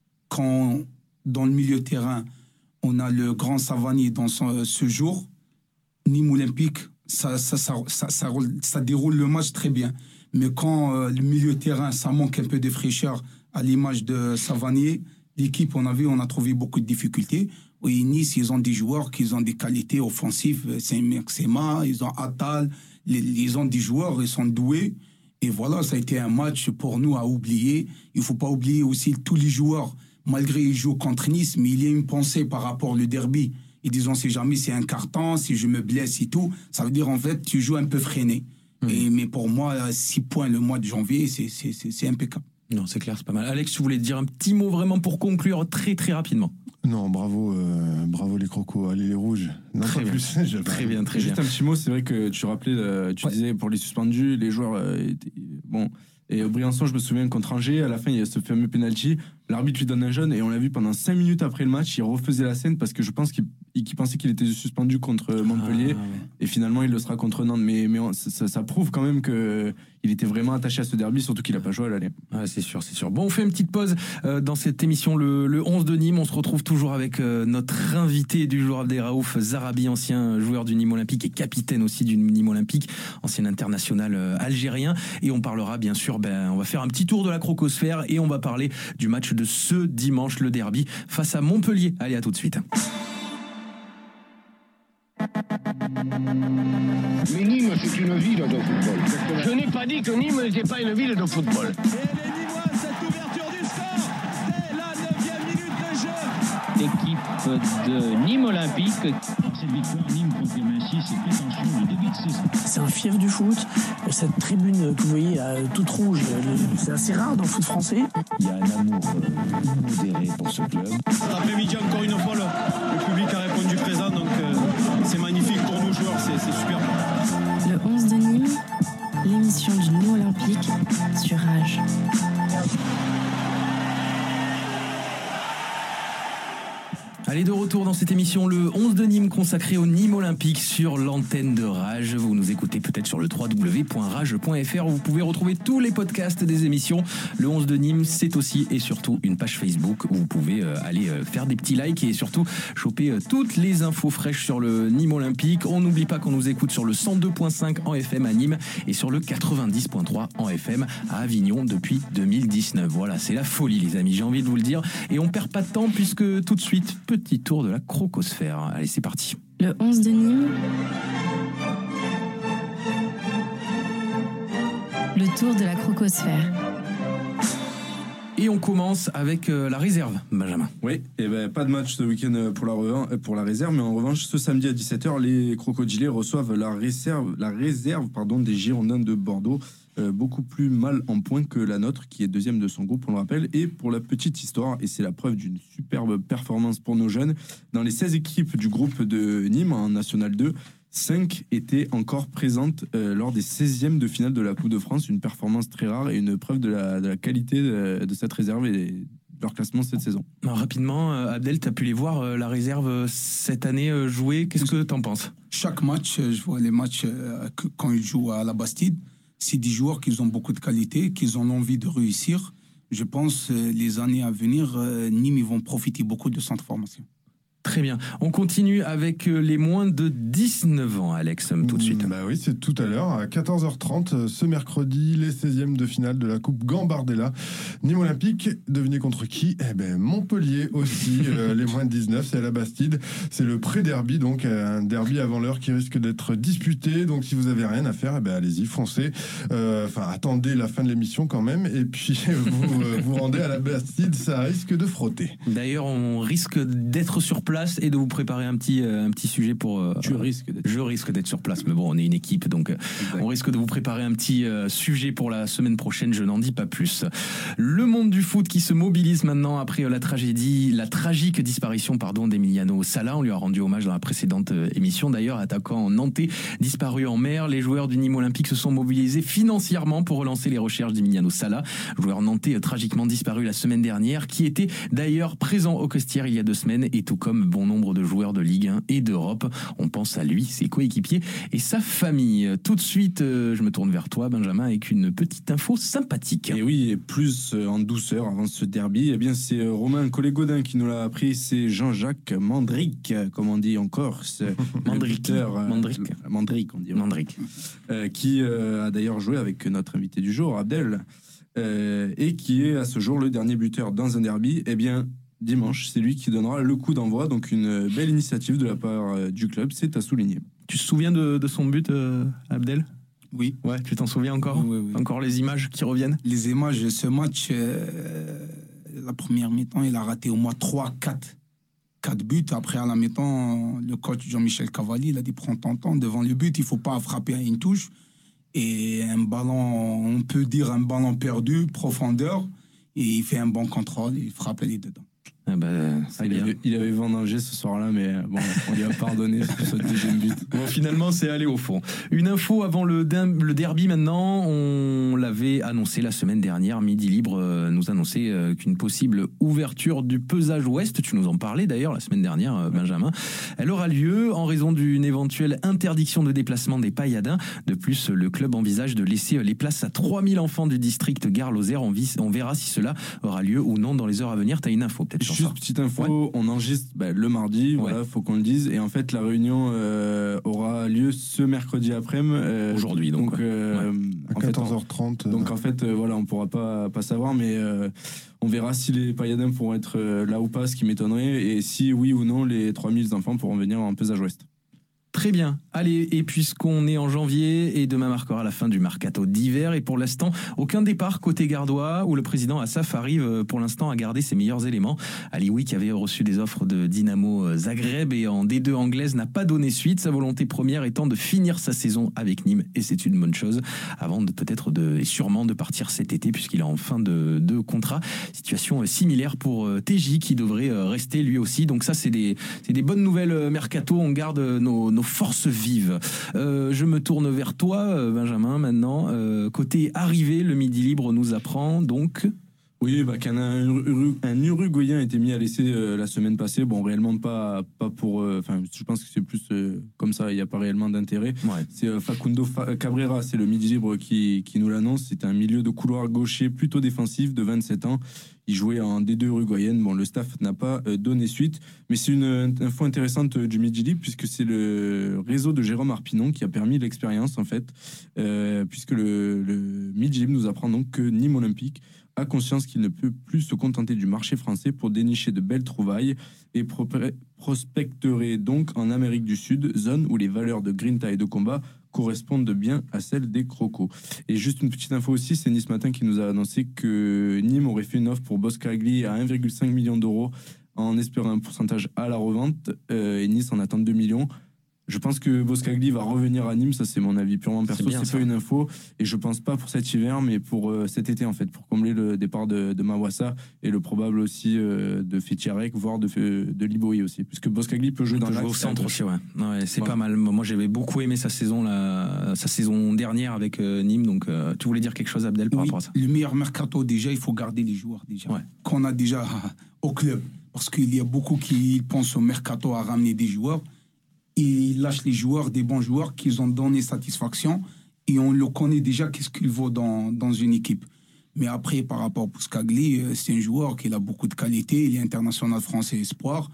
quand dans le milieu de terrain, on a le grand Savanier dans son, ce jour, Nîmes Olympique, ça, ça, ça, ça, ça, ça déroule le match très bien. Mais quand euh, le milieu de terrain, ça manque un peu de fraîcheur à l'image de Savanier, l'équipe, on a vu, on a trouvé beaucoup de difficultés. Oui, Nice, ils ont des joueurs qui ont des qualités offensives. C'est Maxima, ils ont Attal, les, ils ont des joueurs, ils sont doués. Et voilà, ça a été un match pour nous à oublier. Il ne faut pas oublier aussi tous les joueurs, malgré qu'ils jouent contre Nice, mais il y a une pensée par rapport au derby. Ils disent, on ne sait jamais, c'est un carton, si je me blesse et tout. Ça veut dire, en fait, tu joues un peu freiné. Mmh. Et, mais pour moi, six points le mois de janvier, c'est, c'est, c'est, c'est impeccable. Non, c'est clair, c'est pas mal. Alex, tu voulais dire un petit mot vraiment pour conclure très très rapidement. Non, bravo, euh, bravo les crocos, allez les rouges. Non, très, pas bien. Plus, très bien, très Juste bien. un petit mot, c'est vrai que tu rappelais, euh, tu ouais. disais pour les suspendus, les joueurs euh, étaient, bon. Et Briançon, je me souviens contre Angers, à la fin il y a ce fameux penalty, l'arbitre lui donne un jaune et on l'a vu pendant cinq minutes après le match, il refaisait la scène parce que je pense qu'il, qu'il pensait qu'il était suspendu contre Montpellier ah, ouais. et finalement il le sera contre Nantes. Mais, mais on, ça, ça prouve quand même que il était vraiment attaché à ce derby, surtout qu'il n'a pas joué à l'aller. Ah, c'est sûr, c'est sûr. Bon, on fait une petite pause euh, dans cette émission, le, le onze de Nîmes. On se retrouve toujours avec euh, notre invité du jour, Abdelraouf Zarabi, ancien joueur du Nîmes Olympique et capitaine aussi du Nîmes Olympique, ancien international euh, algérien. Et on parlera bien sûr, ben, on va faire un petit tour de la crocosphère et on va parler du match de ce dimanche, le derby, face à Montpellier. Allez, à tout de suite. Mais Nîmes, c'est une ville de football. Je n'ai pas dit que Nîmes n'était pas une ville de football. Et les Nîmois, cette ouverture du score dès la neuvième minute de jeu. L'équipe de Nîmes Olympique. Alors cette victoire, Nîmes confirme ainsi ses prétentions de début de saison. C'est un fief du foot. Cette tribune que vous voyez là, toute rouge, c'est assez rare dans le foot français. Il y a un amour euh, modéré pour ce club. Cet après-midi, encore une fois, le, le public a répondu présent, donc euh, c'est magnifique pour nous joueurs, c'est, c'est super. Le onze de Nîmes, l'émission du Nîmes Olympique sur Rage. Allez, de retour dans cette émission, le onze de Nîmes consacré au Nîmes Olympique sur l'antenne de Rage. Vous nous écoutez peut-être sur le w w w point rage point f r où vous pouvez retrouver tous les podcasts des émissions. Le onze de Nîmes, c'est aussi et surtout une page Facebook où vous pouvez euh, aller euh, faire des petits likes et surtout choper euh, toutes les infos fraîches sur le Nîmes Olympique. On n'oublie pas qu'on nous écoute sur le cent deux point cinq en F M à Nîmes et sur le quatre-vingt-dix point trois en F M à Avignon depuis deux mille dix-neuf. Voilà, c'est la folie les amis, j'ai envie de vous le dire. Et on perd pas de temps puisque tout de suite, petit tour de la crocosphère. Allez, c'est parti. Le onze de Nîmes. Le tour de la crocosphère. Et on commence avec euh, la réserve, Benjamin. Oui, et ben pas de match ce week-end pour la, revan- pour la réserve, mais en revanche, ce samedi à dix-sept heures, les crocodilés reçoivent la réserve, la réserve pardon, des Girondins de Bordeaux. Euh, beaucoup plus mal en point que la nôtre, qui est deuxième de son groupe, on le rappelle. Et pour la petite histoire, et c'est la preuve d'une superbe performance pour nos jeunes, dans les seize équipes du groupe de Nîmes en National deux, cinq étaient encore présentes euh, lors des seizièmes de finale de la Coupe de France. Une performance très rare et une preuve de la, de la qualité de, de cette réserve et de leur classement cette saison. Alors, rapidement, euh, Abdel, tu as pu les voir, euh, la réserve euh, cette année euh, jouer. Qu'est-ce que tu en penses ? Chaque match, je vois les matchs euh, que, quand ils jouent à la Bastide. c'est des joueurs qui ont beaucoup de qualité, qui ont envie de réussir. Je pense euh, les années à venir, euh, Nîmes ils vont profiter beaucoup de cette formation. Très bien. On continue avec les moins de dix-neuf ans, Alex, tout de suite. Bah oui, c'est tout à l'heure, à quatorze heures trente, ce mercredi, les seizièmes de finale de la Coupe Gambardella. Nîmes Olympique, devinez contre qui? Eh ben Montpellier aussi, euh, les moins de dix-neuf, c'est à la Bastide. C'est le pré-derby, donc un derby avant l'heure qui risque d'être disputé. Donc si vous avez rien à faire, eh ben allez-y, foncez. Enfin, euh, attendez la fin de l'émission quand même, et puis vous euh, vous rendez à la Bastide, ça risque de frotter. D'ailleurs, on risque d'être sur place et de vous préparer un petit, euh, un petit sujet pour... Euh, tu risques d'être... Je risque d'être sur place, mais bon, on est une équipe, donc exact. On risque de vous préparer un petit euh, sujet pour la semaine prochaine, je n'en dis pas plus. Le monde du foot qui se mobilise maintenant après euh, la tragédie, la tragique disparition pardon, d'Emiliano Sala. On lui a rendu hommage dans la précédente euh, émission. D'ailleurs, attaquant nantais disparu en mer, les joueurs du Nîmes Olympique se sont mobilisés financièrement pour relancer les recherches d'Emiliano Sala, joueur nantais euh, tragiquement disparu la semaine dernière, qui était d'ailleurs présent au Costières il y a deux semaines, et tout comme bon nombre de joueurs de Ligue un et d'Europe. On pense à lui, ses coéquipiers et sa famille. Tout de suite, euh, je me tourne vers toi, Benjamin, avec une petite info sympathique. Et oui, et plus euh, en douceur avant ce derby, eh bien c'est euh, Romain Collet-Godin qui nous l'a appris, c'est Jean-Jacques Mandric, comme on dit en Corse. Mandric. Euh, Mandric. Mandric, on dit. Mandric. Euh, qui euh, a d'ailleurs joué avec notre invité du jour, Abdel, euh, et qui est à ce jour le dernier buteur dans un derby. Eh bien, dimanche, c'est lui qui donnera le coup d'envoi, donc une belle initiative de la part euh, du club, c'est à souligner. Tu te souviens de, de son but, euh, Abdel? Oui. Ouais, tu t'en souviens encore? Oui, oui. Encore les images qui reviennent? Les images de ce match, euh, la première mi-temps, il a raté au moins trois quatre buts. Après, à la mi-temps, le coach Jean-Michel Cavalli, il a dit prends ton temps devant le but, il ne faut pas frapper à une touche. Et un ballon, on peut dire un ballon perdu, profondeur, et il fait un bon contrôle, il frappe les dedans. Ah bah, ah, il, avait, il avait vendangé ce soir-là, mais bon, on lui a pardonné ce deuxième but. Bon, finalement, c'est allé au fond. Une info avant le, le derby maintenant, on l'avait annoncé la semaine dernière, Midi Libre euh, nous annonçait euh, qu'une possible ouverture du pesage ouest, tu nous en parlais d'ailleurs la semaine dernière, euh, Benjamin, elle aura lieu en raison d'une éventuelle interdiction de déplacement des Payadins. De plus, le club envisage de laisser les places à trois mille enfants du district Gare-Lozère. On, on verra si cela aura lieu ou non dans les heures à venir. Tu as une info peut-être sur Juste petite info, ouais. On enregistre bah, le mardi, ouais. Voilà, faut qu'on le dise. Et en fait, la réunion euh, aura lieu ce mercredi après-midi. Euh, Aujourd'hui, donc. donc euh, ouais. À quatorze heures trente. En fait, donc en fait, euh, voilà, on pourra pas pas savoir, mais euh, on verra si les Payadins pourront être euh, là ou pas, ce qui m'étonnerait, et si oui ou non les trois mille enfants pourront venir en pesage ouest. Très bien. Allez, et puisqu'on est en janvier et demain marquera la fin du mercato d'hiver, et pour l'instant, aucun départ côté gardois où le président Assaf arrive pour l'instant à garder ses meilleurs éléments. Alioui, qui avait reçu des offres de Dynamo Zagreb et en D deux anglaise, n'a pas donné suite. Sa volonté première étant de finir sa saison avec Nîmes, et c'est une bonne chose, avant de peut-être de, et sûrement de partir cet été puisqu'il est en fin de, de contrat. Situation similaire pour T J qui devrait rester lui aussi. Donc ça, c'est des, c'est des bonnes nouvelles mercato. On garde nos, nos forces vives. Euh, je me tourne vers toi, Benjamin, maintenant. Euh, côté arrivée, le Midi Libre nous apprend donc... Oui, bah, qu'un un, un Uruguayen a été mis à l'essai euh, la semaine passée. Bon, réellement pas, pas pour... Enfin, euh, je pense que c'est plus euh, comme ça, il n'y a pas réellement d'intérêt. Ouais. C'est euh, Facundo Fa- Cabrera, c'est le Midi Libre qui, qui nous l'annonce. C'est un milieu de couloir gaucher plutôt défensif de vingt-sept ans. Il jouait en D deux uruguayenne. Bon, le staff n'a pas euh, donné suite, mais c'est une, une info intéressante euh, du Midi Libre puisque c'est le réseau de Jérôme Arpinon qui a permis l'expérience en fait, euh, puisque le, le Midi Libre nous apprend donc que Nîmes Olympique a conscience qu'il ne peut plus se contenter du marché français pour dénicher de belles trouvailles et pro- prospecterait donc en Amérique du Sud, zone où les valeurs de grinta et de combat correspondent bien à celles des crocos. Et juste une petite info aussi, c'est Nice Matin qui nous a annoncé que Nîmes aurait fait une offre pour Boskagli à un virgule cinq million d'euros en espérant un pourcentage à la revente, euh, et Nice en attend deux millions. Je pense que Boskagli va revenir à Nîmes, ça c'est mon avis purement perso, c'est, c'est pas une info, et je pense pas pour cet hiver, mais pour euh, cet été en fait, pour combler le départ de, de Mawassa et le probable aussi euh, de Fetiarek, voire de, de Liboy aussi, puisque Boskagli peut jouer dans l'axe. Au centre aussi, ouais. ouais c'est voilà. Pas mal. Moi j'avais beaucoup aimé sa saison, la, sa saison dernière avec euh, Nîmes, donc euh, tu voulais dire quelque chose, Abdel, par oui, rapport à ça? Le meilleur mercato, déjà, il faut garder les joueurs déjà, ouais. qu'on a déjà au club, parce qu'il y a beaucoup qui pensent au mercato à ramener des joueurs. Et ils lâchent les joueurs, des bons joueurs qui ont donné satisfaction. et on le connaît déjà qu'est-ce qu'il vaut dans, dans une équipe. Mais après, par rapport à Pouskagli, c'est un joueur qui a beaucoup de qualité. Il est international français espoir,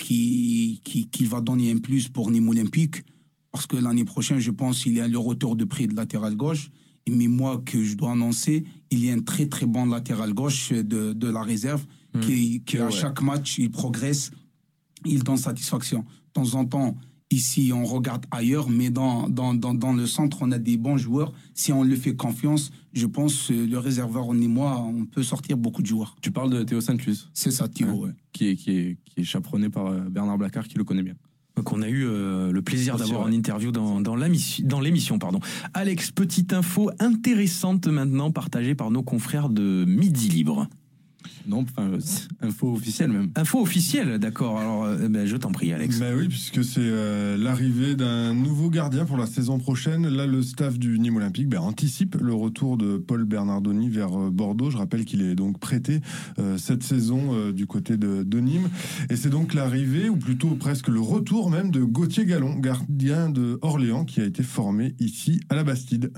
qui, qui, qui va donner un plus pour Nîmes Olympique. Parce que l'année prochaine, je pense qu'il y a le retour de prix de latéral gauche. Mais moi, que je dois annoncer, il y a un très très bon latéral gauche de, de la réserve mmh. qui, qui à ouais. chaque match, il progresse, il donne satisfaction. De temps en temps, ici, on regarde ailleurs, mais dans, dans, dans, dans le centre, on a des bons joueurs. Si on lui fait confiance, je pense le réservoir et moi, on peut sortir beaucoup de joueurs. Tu parles de Théo Saint-Luce. C'est ça, Théo, ouais. ouais. Qui, est, qui, est, qui est chaperonné par Bernard Blacard, qui le connaît bien. Qu'on a eu euh, le plaisir Aussi, d'avoir ouais. en interview dans, dans, dans l'émission. Pardon. Alex, petite info intéressante maintenant partagée par nos confrères de Midi Libre. Non, enfin, info officielle même. Info officielle, d'accord. Alors, euh, ben, je t'en prie, Alex. Ben oui, puisque c'est euh, l'arrivée d'un nouveau gardien pour la saison prochaine. Là, le staff du Nîmes Olympique ben, anticipe le retour de Paul Bernardoni vers euh, Bordeaux. Je rappelle qu'il est donc prêté euh, cette saison euh, du côté de, de Nîmes. Et c'est donc l'arrivée, ou plutôt presque le retour même, de Gauthier Gallon, gardien de Orléans, qui a été formé ici à la Bastide.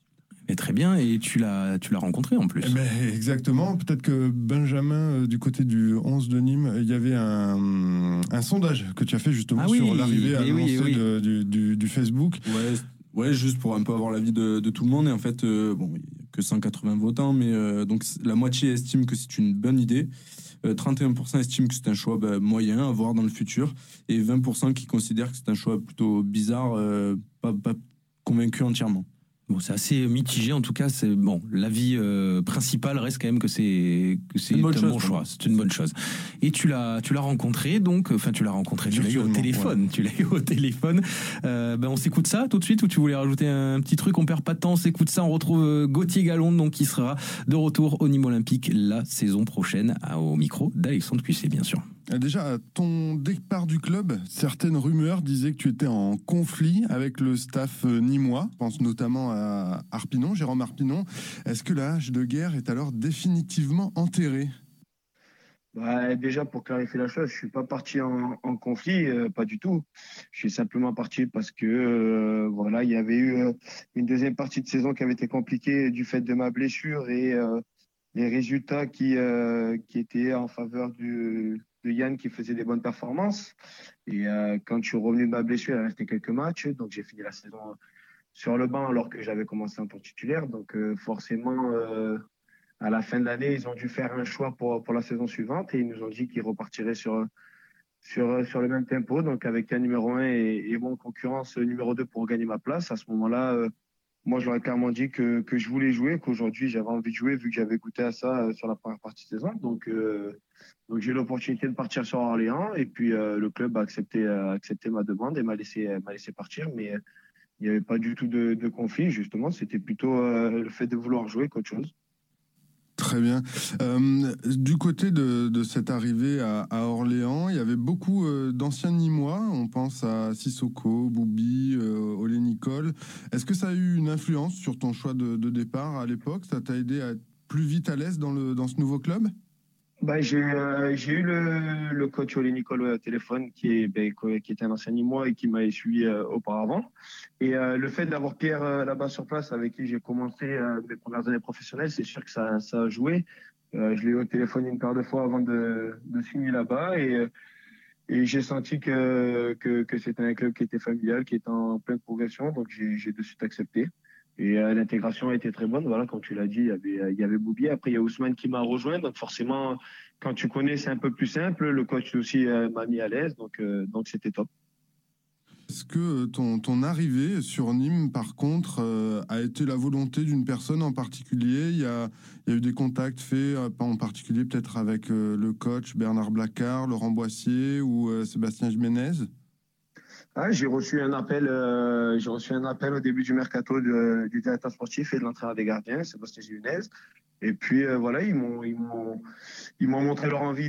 Et très bien, et tu l'as, tu l'as rencontré en plus. Mais exactement, peut-être que Benjamin, euh, du côté du onze de Nîmes, il y avait un, un sondage que tu as fait justement ah oui, sur l'arrivée annoncée oui, oui. De, du, du, du Facebook. Ouais, ouais, juste pour un peu avoir l'avis de, de tout le monde. Et en fait, euh, bon, il n'y a que cent quatre-vingts votants, mais euh, donc la moitié estime que c'est une bonne idée. Euh, trente et un pour cent estiment que c'est un choix bah, moyen à voir dans le futur. Et vingt pour cent qui considèrent que c'est un choix plutôt bizarre, euh, pas, pas convaincu entièrement. Bon, c'est assez mitigé en tout cas. C'est bon. L'avis euh, principal reste quand même que c'est que c'est un bon choix. C'est une bonne chose. Et tu l'as tu l'as rencontré donc. Enfin, tu l'as rencontré. Tu l'as eu au téléphone. Ouais. Tu l'as eu au téléphone. Euh, ben on s'écoute ça tout de suite. Ou tu voulais rajouter un petit truc? On perd pas de temps. On s'écoute ça. On retrouve Gauthier Gallon donc qui sera de retour au Nîmes Olympique la saison prochaine au micro d'Alexandre Cuisset bien sûr. Déjà, à ton départ du club, certaines rumeurs disaient que tu étais en conflit avec le staff nîmois. Je pense notamment à Arpinon, Jérôme Arpinon. Est-ce que la hache de guerre est alors définitivement enterrée? Bah, déjà, pour clarifier la chose, je suis pas parti en, en conflit, euh, pas du tout. Je suis simplement parti parce que euh, voilà, il y avait eu euh, une deuxième partie de saison qui avait été compliquée du fait de ma blessure et euh, les résultats qui euh, qui étaient en faveur du de Yann qui faisait des bonnes performances. Et euh, quand je suis revenu de ma blessure, il restait quelques matchs. Donc, j'ai fini la saison sur le banc alors que j'avais commencé en tant que titulaire. Donc, euh, forcément, euh, à la fin de l'année, ils ont dû faire un choix pour, pour la saison suivante. Et ils nous ont dit qu'ils repartiraient sur, sur, sur le même tempo. Donc, avec un numéro un et, et mon concurrence numéro deux pour gagner ma place. À ce moment-là, euh, moi, je leur ai clairement dit que, que je voulais jouer, qu'aujourd'hui, j'avais envie de jouer vu que j'avais goûté à ça euh, sur la première partie de saison. Donc, euh, donc j'ai eu l'opportunité de partir sur Orléans et puis euh, le club a accepté, a accepté ma demande et m'a laissé, m'a laissé partir. Mais euh, il n'y avait pas du tout de, de conflit, justement. C'était plutôt euh, le fait de vouloir jouer qu'autre chose. Très bien. Euh, du côté de, de cette arrivée à, à Orléans, il y avait beaucoup euh, d'anciens Nîmois. On pense à Sissoko, Boubi, euh, Olé Nicole. Est-ce que ça a eu une influence sur ton choix de, de départ à l'époque? Ça t'a aidé à être plus vite à l'aise dans, le, dans ce nouveau club? Bah, j'ai, euh, j'ai eu le, le coach Olé Nicole au téléphone qui, est, ben, qui était un ancien Nîmois et qui m'a suivi euh, auparavant. Et euh, le fait d'avoir Pierre euh, là-bas sur place avec qui j'ai commencé euh, mes premières années professionnelles, c'est sûr que ça, ça a joué. Euh, je l'ai eu au téléphone une paire de fois avant de, de signer là-bas et, et j'ai senti que, que, que c'était un club qui était familial, qui était en pleine progression, donc j'ai, j'ai de suite accepté. Et euh, l'intégration a été très bonne. Voilà, comme tu l'as dit, il y avait, il y avait Boubier. Après, il y a Ousmane qui m'a rejoint. Donc, forcément, quand tu connais, c'est un peu plus simple. Le coach aussi euh, m'a mis à l'aise. Donc, euh, donc c'était top. Est-ce que ton, ton arrivée sur Nîmes, par contre, euh, a été la volonté d'une personne en particulier? Il y a, il y a eu des contacts faits, en particulier peut-être avec euh, le coach Bernard Blacard, Laurent Boissier ou euh, Sébastien Jiménez? Ah, j'ai reçu un appel, euh, j'ai reçu un appel au début du mercato de, du directeur sportif et de l'entraîneur des gardiens, Sébastien Jiménez. Et puis euh, voilà, ils m'ont, ils m'ont, ils m'ont montré leur envie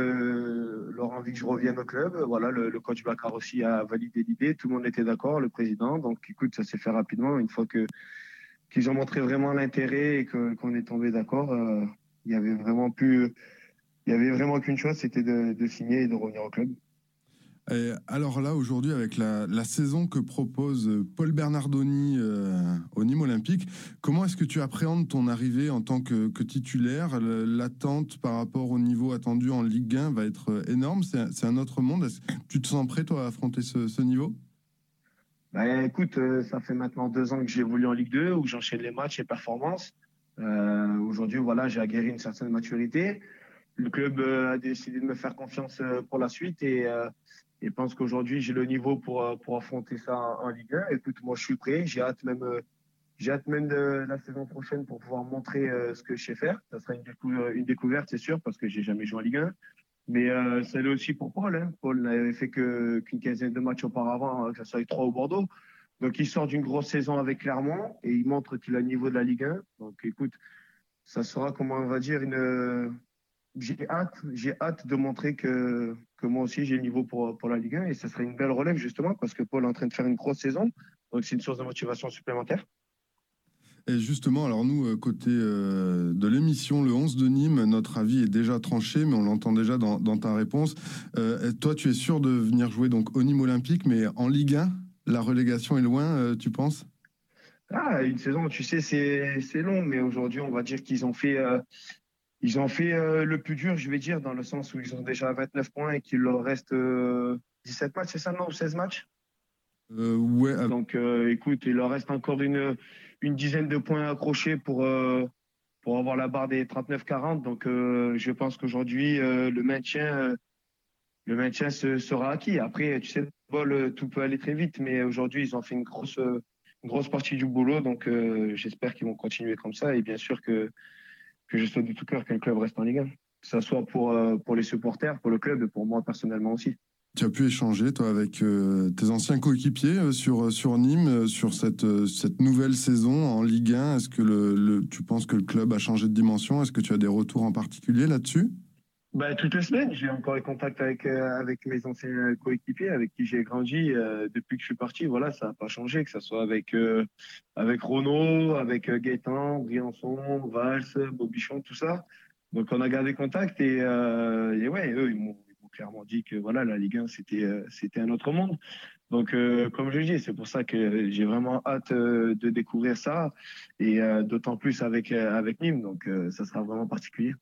de, leur envie que je revienne au club. Voilà, le, le coach Blacard aussi a validé l'idée. Tout le monde était d'accord, le président. Donc, écoute, ça s'est fait rapidement. Une fois que qu'ils ont montré vraiment l'intérêt et que qu'on est tombé d'accord, euh, il y avait vraiment plus, il y avait vraiment qu'une chose, c'était de, de signer et de revenir au club. Et alors là, aujourd'hui, avec la, la saison que propose Paul Bernardoni euh, au Nîmes Olympique, comment est-ce que tu appréhendes ton arrivée en tant que, que titulaire ? L'attente par rapport au niveau attendu en Ligue un va être énorme. C'est, c'est un autre monde. Est-ce que tu te sens prêt, toi, à affronter ce, ce niveau ? Bah, écoute, euh, ça fait maintenant deux ans que j'évolue en Ligue deux, où j'enchaîne les matchs et performances. Euh, aujourd'hui, voilà, j'ai acquis une certaine maturité. Le club euh, a décidé de me faire confiance euh, pour la suite et euh, Et je pense qu'aujourd'hui, j'ai le niveau pour, pour affronter ça en, en Ligue un. Écoute, moi, je suis prêt. J'ai hâte même, euh, j'ai hâte même de la saison prochaine pour pouvoir montrer euh, ce que je sais faire. Ça sera une, décou- une découverte, c'est sûr, parce que j'ai jamais joué en Ligue un. Mais euh, c'est aussi pour Paul. Hein. Paul n'avait fait que, qu'une quinzaine de matchs auparavant, que ce soit avec trois au Bordeaux. Donc, il sort d'une grosse saison avec Clermont et il montre qu'il a le niveau de la Ligue un. Donc, écoute, ça sera, comment on va dire, une... J'ai hâte, j'ai hâte de montrer que, que moi aussi j'ai le niveau pour, pour la Ligue un et ça serait une belle relève justement parce que Paul est en train de faire une grosse saison, donc c'est une source de motivation supplémentaire. Et justement, alors nous, côté euh, de l'émission Le onze de Nîmes, notre avis est déjà tranché, mais on l'entend déjà dans, dans ta réponse. Euh, toi, tu es sûr de venir jouer donc au Nîmes Olympique, mais en Ligue un, la relégation est loin, euh, tu penses ? Ah, une saison, tu sais, c'est, c'est long, mais aujourd'hui, on va dire qu'ils ont fait... Euh, Ils ont fait euh, le plus dur, je vais dire, dans le sens où ils ont déjà vingt-neuf points et qu'il leur reste euh, dix-sept matchs, c'est ça, non, ou seize matchs euh, Ouais. Donc, euh, écoute, il leur reste encore une, une dizaine de points accrochés pour, euh, pour avoir la barre des trente-neuf quarante. Donc, euh, je pense qu'aujourd'hui, euh, le maintien, euh, le maintien se, sera acquis. Après, tu sais, le football, tout peut aller très vite, mais aujourd'hui, ils ont fait une grosse, une grosse partie du boulot. Donc, euh, j'espère qu'ils vont continuer comme ça. Et bien sûr que que je souhaite de tout cœur que le club reste en Ligue un. Que ça soit pour, euh, pour les supporters, pour le club et pour moi personnellement aussi. Tu as pu échanger, toi, avec euh, tes anciens coéquipiers euh, sur, sur Nîmes, euh, sur cette, euh, cette nouvelle saison en Ligue un. Est-ce que le, le, tu penses que le club a changé de dimension ? Est-ce que tu as des retours en particulier là-dessus ? Bah, toutes les semaines, j'ai encore eu contact avec, euh, avec mes anciens coéquipiers, avec qui j'ai grandi euh, depuis que je suis parti. Voilà, ça n'a pas changé, que ce soit avec, euh, avec Renaud, avec euh, Gaëtan, Briançon, Valls, Bobichon, tout ça. Donc, on a gardé contact et, euh, et ouais, eux, ils m'ont, ils m'ont clairement dit que voilà, la Ligue un, c'était, euh, c'était un autre monde. Donc, euh, comme je dis, c'est pour ça que j'ai vraiment hâte euh, de découvrir ça et euh, d'autant plus avec, euh, avec Nîmes. Donc, euh, ça sera vraiment particulier.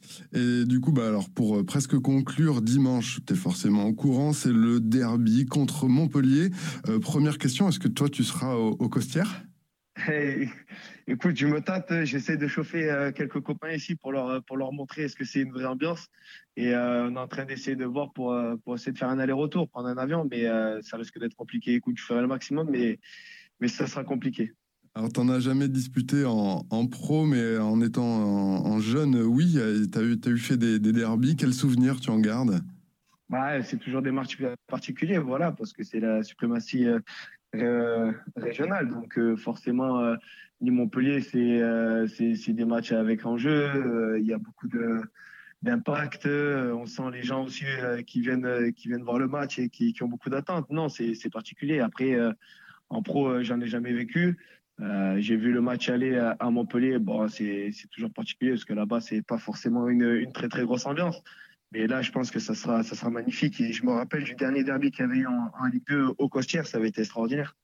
Et du coup, bah alors pour euh, presque conclure, dimanche, tu es forcément au courant, c'est le derby contre Montpellier. Euh, première question, est-ce que toi tu seras au, au Costières ? Hey, écoute, je me tâte, j'essaie de chauffer euh, quelques copains ici pour leur, pour leur montrer est-ce que c'est une vraie ambiance. Et euh, on est en train d'essayer de voir pour, euh, pour essayer de faire un aller-retour, prendre un avion, mais euh, ça risque d'être compliqué. Écoute, je ferai le maximum, mais, mais ça sera compliqué. Alors, t'en as jamais disputé en, en pro, mais en étant en, en jeune, oui, t'as eu, t'as eu fait des, des derbies. Quels souvenirs tu en gardes ? Ouais, c'est toujours des matchs particuliers, voilà, parce que c'est la suprématie euh, euh, régionale. Donc, euh, forcément, euh, Nîmes-Montpellier, c'est, euh, c'est, c'est des matchs avec enjeu. Il euh, y a beaucoup de, d'impact. Euh, on sent les gens aussi euh, qui, viennent, euh, qui viennent voir le match et qui, qui ont beaucoup d'attentes. Non, c'est, c'est particulier. Après, euh, en pro, euh, j'en ai jamais vécu. Euh, j'ai vu le match aller à, à Montpellier. Bon, c'est, c'est toujours particulier parce que là-bas, c'est pas forcément une, une très très grosse ambiance. Mais là, je pense que ça sera, ça sera magnifique. Et je me rappelle du dernier derby qu'il y avait eu en, en Ligue deux au Costières, ça avait été extraordinaire.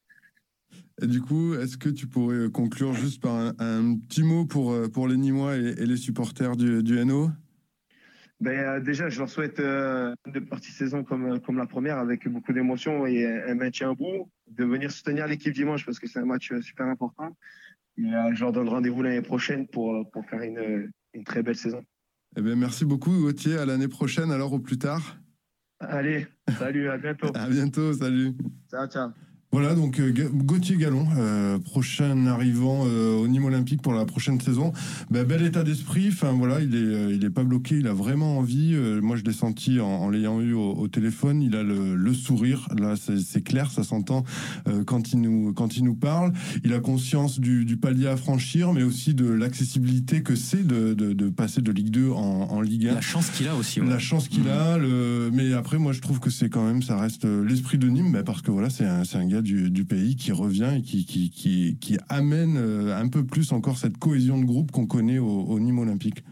Et du coup, est-ce que tu pourrais conclure juste par un, un petit mot pour, pour les Nîmois et, et les supporters du, du N O ? Ben, euh, déjà, je leur souhaite euh, de partie saison comme, comme la première, avec beaucoup d'émotion et un maintien au bout, de venir soutenir l'équipe dimanche parce que c'est un match super important. Et euh, je leur donne rendez-vous l'année prochaine pour, pour faire une, une très belle saison. Eh bien, merci beaucoup, Gauthier. À l'année prochaine, alors au plus tard. Allez, salut, à bientôt. À bientôt, salut. Ciao, ciao. Voilà, donc euh, Gauthier Gallon, euh, prochain arrivant euh, au Nîmes Olympique pour la prochaine saison. Ben, bel état d'esprit, enfin voilà, il est, euh, il est pas bloqué, il a vraiment envie. Euh, moi, je l'ai senti en, en l'ayant eu au, au téléphone. Il a le, le sourire, là, c'est, c'est clair, ça s'entend euh, quand il nous, quand il nous parle. Il a conscience du, du palier à franchir, mais aussi de l'accessibilité que c'est de, de, de passer de Ligue deux en, en Ligue un. La chance qu'il a aussi. Ouais. La chance qu'il mmh. a. Le... Mais après, moi, je trouve que c'est quand même, ça reste l'esprit de Nîmes, ben, parce que voilà, c'est un, c'est un gars Du, du pays qui revient et qui, qui, qui, qui amène un peu plus encore cette cohésion de groupe qu'on connaît au, au Nîmes Olympique.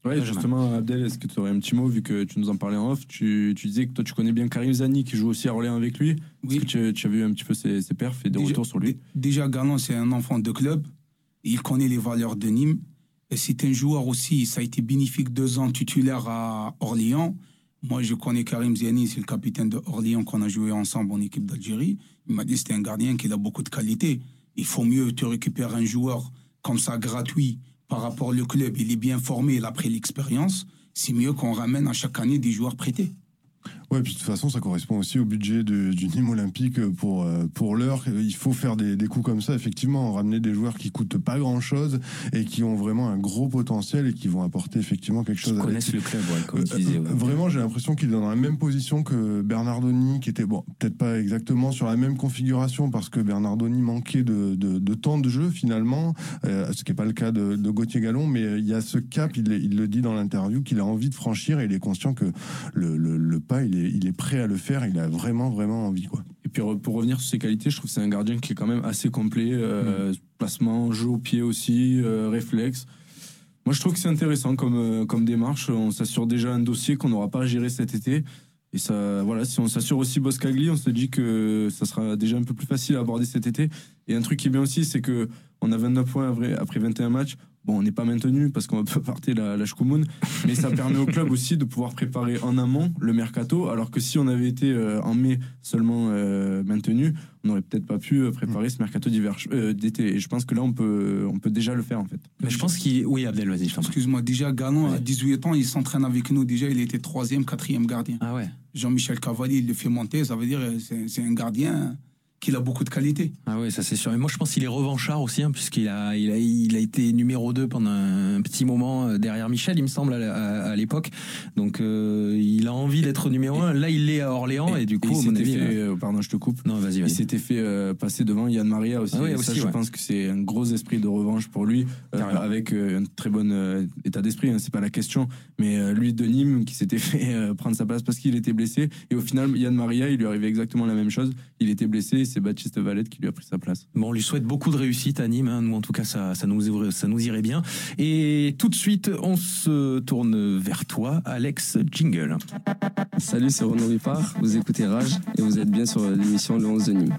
Ouais, Benjamin. justement, Abdel, est-ce que tu aurais un petit mot, vu que tu nous en parlais en off, tu, tu disais que toi tu connais bien Karim Zani qui joue aussi à Orléans avec lui. Oui. Est-ce que tu, tu as vu un petit peu ses, ses perfs et des Déjà- retours sur lui? Déjà, Galland, c'est un enfant de club. Il connaît les valeurs de Nîmes. Et c'est un joueur aussi, ça a été bénéfique deux ans titulaire à Orléans. Moi, je connais Karim Zani, c'est le capitaine de Orléans qu'on a joué ensemble en équipe d'Algérie. Il m'a dit que c'était un gardien qui a beaucoup de qualité. Il faut mieux te récupérer un joueur comme ça, gratuit, par rapport au club. Il est bien formé, il a pris l'expérience. C'est mieux qu'on ramène à chaque année des joueurs prêtés. Ouais, puis de toute façon, ça correspond aussi au budget de, du Nîmes Olympique pour, euh, pour l'heure. Il faut faire des, des coups comme ça, effectivement, ramener des joueurs qui coûtent pas grand-chose et qui ont vraiment un gros potentiel et qui vont apporter effectivement quelque chose. Ils avec. connaissent le club, ouais, comme tu Euh, disais. Ouais. Vraiment, j'ai l'impression qu'il est dans la même position que Bernardoni, qui était, bon, peut-être pas exactement sur la même configuration, parce que Bernardoni manquait de, de, de temps de jeu, finalement, euh, ce qui n'est pas le cas de, de Gauthier Gallon, mais il y a ce cap, il, il le dit dans l'interview, qu'il a envie de franchir et il est conscient que le, le, le pas, il est, il est prêt à le faire, il a vraiment, vraiment envie, quoi. Et puis pour revenir sur ses qualités, je trouve que c'est un gardien qui est quand même assez complet. Euh, mmh. Placement, jeu au pied aussi, euh, réflexe. Moi, je trouve que c'est intéressant comme, euh, comme démarche. On s'assure déjà un dossier qu'on n'aura pas à gérer cet été. Et ça, voilà, si on s'assure aussi Boscagli, on se dit que ça sera déjà un peu plus facile à aborder cet été. Et un truc qui est bien aussi, c'est que on a vingt-neuf points après, après vingt et un matchs. Bon, on n'est pas maintenu parce qu'on va pas partir la, la Shkoumoun, mais ça permet au club aussi de pouvoir préparer en amont le mercato, alors que si on avait été euh, en mai seulement euh, maintenu, on n'aurait peut-être pas pu préparer ce mercato d'hiver, euh, d'été. Et je pense que là, on peut, on peut déjà le faire, en fait. Mais je pense qu'il... Oui, Abdel, vas-y. Excuse-moi, déjà, Galland, ouais. à dix-huit ans, il s'entraîne avec nous. Déjà, il était troisième, quatrième gardien. Ah ouais. Jean-Michel Cavalier, il le fait monter. Ça veut dire c'est, c'est un gardien qu'il a beaucoup de qualité. Ah oui, ça c'est sûr. Et moi je pense qu'il est revanchard aussi, hein, puisqu'il a, il a, il a été numéro deux pendant un petit moment derrière Michel, il me semble, à, à, à l'époque. Donc euh, il a envie d'être numéro un. Là il l'est à Orléans et, et du coup, et il mon avis, fait, euh... pardon, je te coupe. Non, vas-y, vas-y. Il s'était fait euh, passer devant Yann Maria aussi. Ah oui, et aussi ça, je ouais. pense que c'est un gros esprit de revanche pour lui, euh, avec euh, un très bon euh, état d'esprit. Hein, c'est pas la question, mais euh, lui de Nîmes qui s'était fait euh, prendre sa place parce qu'il était blessé. Et au final, Yann Maria, il lui arrivait exactement la même chose. Il était blessé. Et c'est Baptiste Valette qui lui a pris sa place. Bon, on lui souhaite beaucoup de réussite à Nîmes. Hein. Nous, en tout cas, ça, ça, nous, ça nous irait bien. Et tout de suite, on se tourne vers toi, Alex Jingle. Salut, c'est Renaud Ripard. Vous écoutez Rage et vous êtes bien sur l'émission Le onze de Nîmes.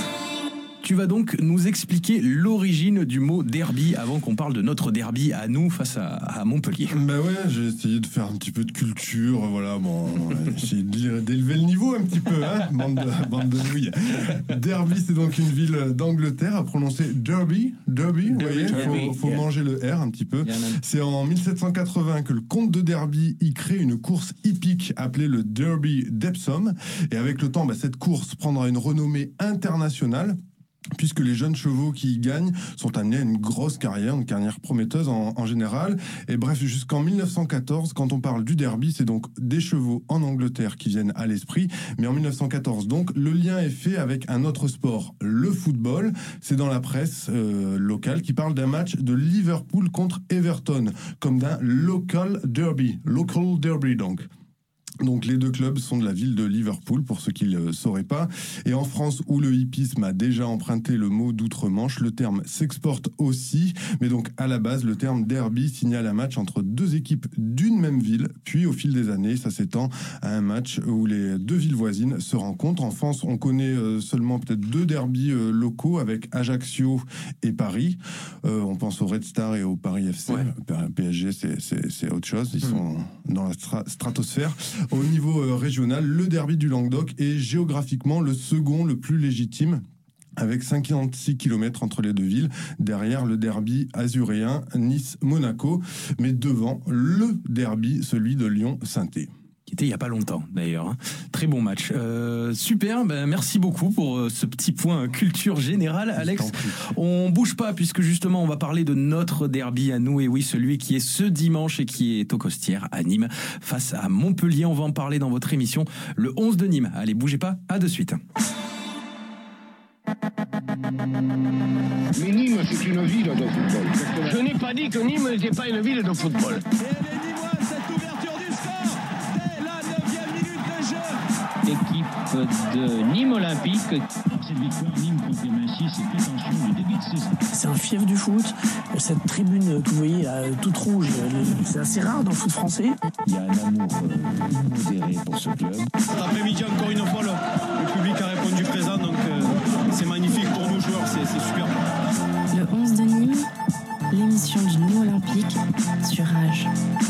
Tu vas donc nous expliquer l'origine du mot derby avant qu'on parle de notre derby à nous face à, à Montpellier. Bah ouais, j'ai essayé de faire un petit peu de culture, voilà, bon, j'ai essayé d'élever le niveau un petit peu, hein, bande de, bande de nouilles. Derby, c'est donc une ville d'Angleterre à prononcer Derby, Derby, vous voyez, il faut, faut yeah. manger le R un petit peu. Yeah, c'est en mille sept cent quatre-vingts que le comte de Derby y crée une course hippique appelée le Derby d'Epsom, et avec le temps, bah, cette course prendra une renommée internationale, puisque les jeunes chevaux qui y gagnent sont amenés à une grosse carrière, une carrière prometteuse en, en général. Et bref, jusqu'en mille neuf cent quatorze, quand on parle du derby, c'est donc des chevaux en Angleterre qui viennent à l'esprit. Mais en mille neuf cent quatorze, donc, le lien est fait avec un autre sport, le football. C'est dans la presse euh, locale qui parle d'un match de Liverpool contre Everton, comme d'un local derby. Local derby, donc. Donc les deux clubs sont de la ville de Liverpool, pour ceux qui ne le sauraient pas. Et en France, où le hippisme a déjà emprunté le mot d'outre-Manche, le terme s'exporte aussi. Mais donc à la base, le terme derby signale un match entre deux équipes d'une même ville. Puis au fil des années, ça s'étend à un match où les deux villes voisines se rencontrent. En France, on connaît seulement peut-être deux derbys locaux avec Ajaccio et Paris. Euh, on pense au Red Star et au Paris F C. Ouais. P S G, c'est, c'est, c'est autre chose. Ils mmh. sont dans la stra- stratosphère. Au niveau euh, régional, le derby du Languedoc est géographiquement le second le plus légitime, avec cinquante-six kilomètres entre les deux villes, derrière le derby azuréen Nice-Monaco, mais devant le derby, celui de Lyon-Saint-Étienne. Qui était il n'y a pas longtemps d'ailleurs. Hein. Très bon match. Euh, super, ben merci beaucoup pour euh, ce petit point culture générale, Alex. On bouge pas puisque justement on va parler de notre derby à nous, et oui, celui qui est ce dimanche et qui est au Costières à Nîmes face à Montpellier. On va en parler dans votre émission Le onze de Nîmes. Allez, bougez pas, à de suite. Mais Nîmes, c'est une ville de football. Je n'ai pas dit que Nîmes n'était pas une ville de football. Équipe de Nîmes Olympique. C'est cette victoire, Nîmes confirme ainsi ses prétentions du début de saison. C'est un fief du foot. Cette tribune que vous voyez là, toute rouge, c'est assez rare dans le foot français. Il y a un amour euh, immodéré pour ce club. Cet après-midi, encore une fois, le, le public a répondu présent, donc euh, c'est magnifique pour nous joueurs, c'est, c'est super. Le onze de Nîmes, l'émission du Nîmes Olympique sur Rage.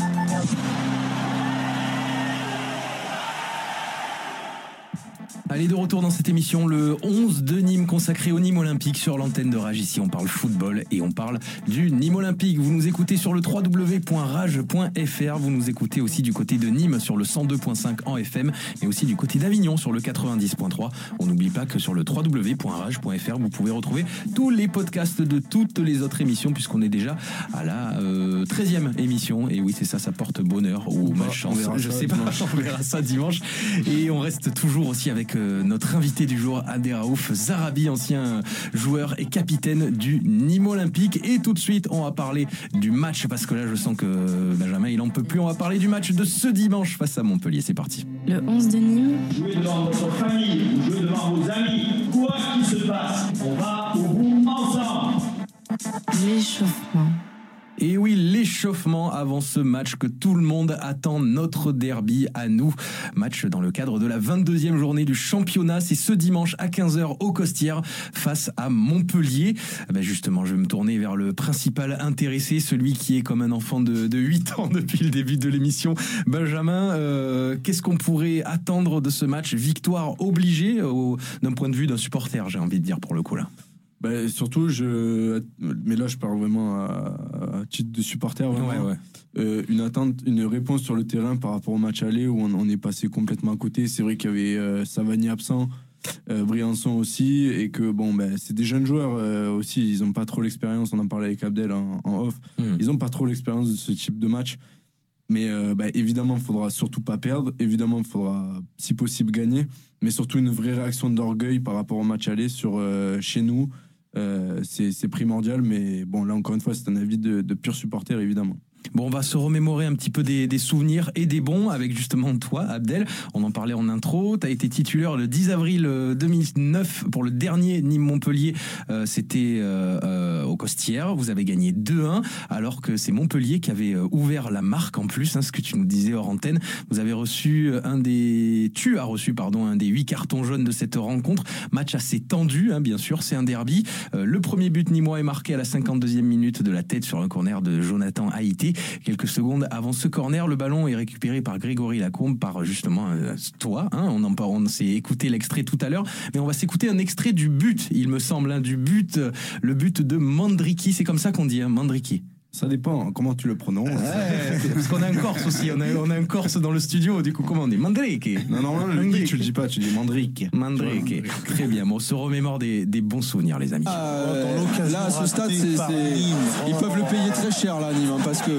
Allez, de retour dans cette émission, le onze de Nîmes consacré au Nîmes Olympique sur l'antenne de Rage. Ici, on parle football et on parle du Nîmes Olympique. Vous nous écoutez sur le w w w point rage point f r. Vous nous écoutez aussi du côté de Nîmes sur le cent deux point cinq en F M, mais aussi du côté d'Avignon sur le quatre-vingt-dix point trois. On n'oublie pas que sur le w w w point rage point f r, vous pouvez retrouver tous les podcasts de toutes les autres émissions, puisqu'on est déjà à la euh, treizième émission. Et oui, c'est ça, ça porte bonheur ou malchance. Je sais pas, on verra ça dimanche. Et on reste toujours aussi avec euh, notre invité du jour, Abdelraouf Zarabi, ancien joueur et capitaine du Nîmes Olympique. Et tout de suite, on va parler du match, parce que là, je sens que Benjamin, il en peut plus. On va parler du match de ce dimanche face à Montpellier. C'est parti. Le onze de Nîmes. Jouez devant votre famille, vous jouez devant vos amis. Quoi qu'il se passe, on va au bout ensemble. L'échauffement. Et oui, l'échauffement avant ce match que tout le monde attend, notre derby à nous. Match dans le cadre de la vingt-deuxième journée du championnat. C'est ce dimanche à quinze heures au Costières face à Montpellier. Ben justement, je vais me tourner vers le principal intéressé, celui qui est comme un enfant de, de huit ans depuis le début de l'émission. Benjamin, euh, qu'est-ce qu'on pourrait attendre de ce match? Victoire obligée au, d'un point de vue d'un supporter, j'ai envie de dire, pour le coup là. Bah, surtout, je, mais là je parle vraiment à, à titre de supporter, vraiment. Ouais, ouais. Euh, une attente, une réponse sur le terrain par rapport au match aller où on, on est passé complètement à côté. C'est vrai qu'il y avait euh, Savani absent, euh, Briançon aussi, et que bon, ben, c'est des jeunes joueurs euh, aussi, ils n'ont pas trop l'expérience. On en parlait avec Abdel en, en off, mmh. Ils n'ont pas trop l'expérience de ce type de match. Mais euh, bah, évidemment, il ne faudra surtout pas perdre. Évidemment, il faudra, si possible, gagner. Mais surtout une vraie réaction d'orgueil par rapport au match aller sur, euh, chez nous. Euh, c'est, c'est primordial, mais bon, là encore une fois, c'est un avis de, de pur supporter, évidemment. Bon, on va se remémorer un petit peu des, des souvenirs et des bons avec justement toi, Abdel. On en parlait en intro. Tu as été titulaire le dix avril deux mille neuf pour le dernier Nîmes-Montpellier. Euh, c'était euh, euh, au Costières. Vous avez gagné deux un, alors que c'est Montpellier qui avait ouvert la marque en plus, hein, ce que tu nous disais hors antenne. Vous avez reçu un des... Tu as reçu, pardon, un des huit cartons jaunes de cette rencontre. Match assez tendu, hein, bien sûr. C'est un derby. Euh, le premier but nîmois est marqué à la cinquante-deuxième minute de la tête sur un corner de Jonathan Haïté. Quelques secondes avant ce corner, le ballon est récupéré par Grégory Lacombe, par justement euh, toi. Hein, on, en, on s'est écouté l'extrait tout à l'heure, mais on va s'écouter un extrait du but, il me semble, hein, du but, euh, le but de Mandriki. C'est comme ça qu'on dit, hein, Mandriki. Ça dépend comment tu le prononces. Ouais, parce qu'on a un Corse aussi, on a, on a un Corse dans le studio, du coup, comment on dit? Mandriki. Non, non, non, Mandrique, tu le dis pas, tu dis Mandrique. Mandrique. Très bien, bon, on se remémore des, des bons souvenirs, les amis. Euh, là, à ce stade, c'est, c'est... ils peuvent le payer très cher, là, Nîmes, hein, parce que.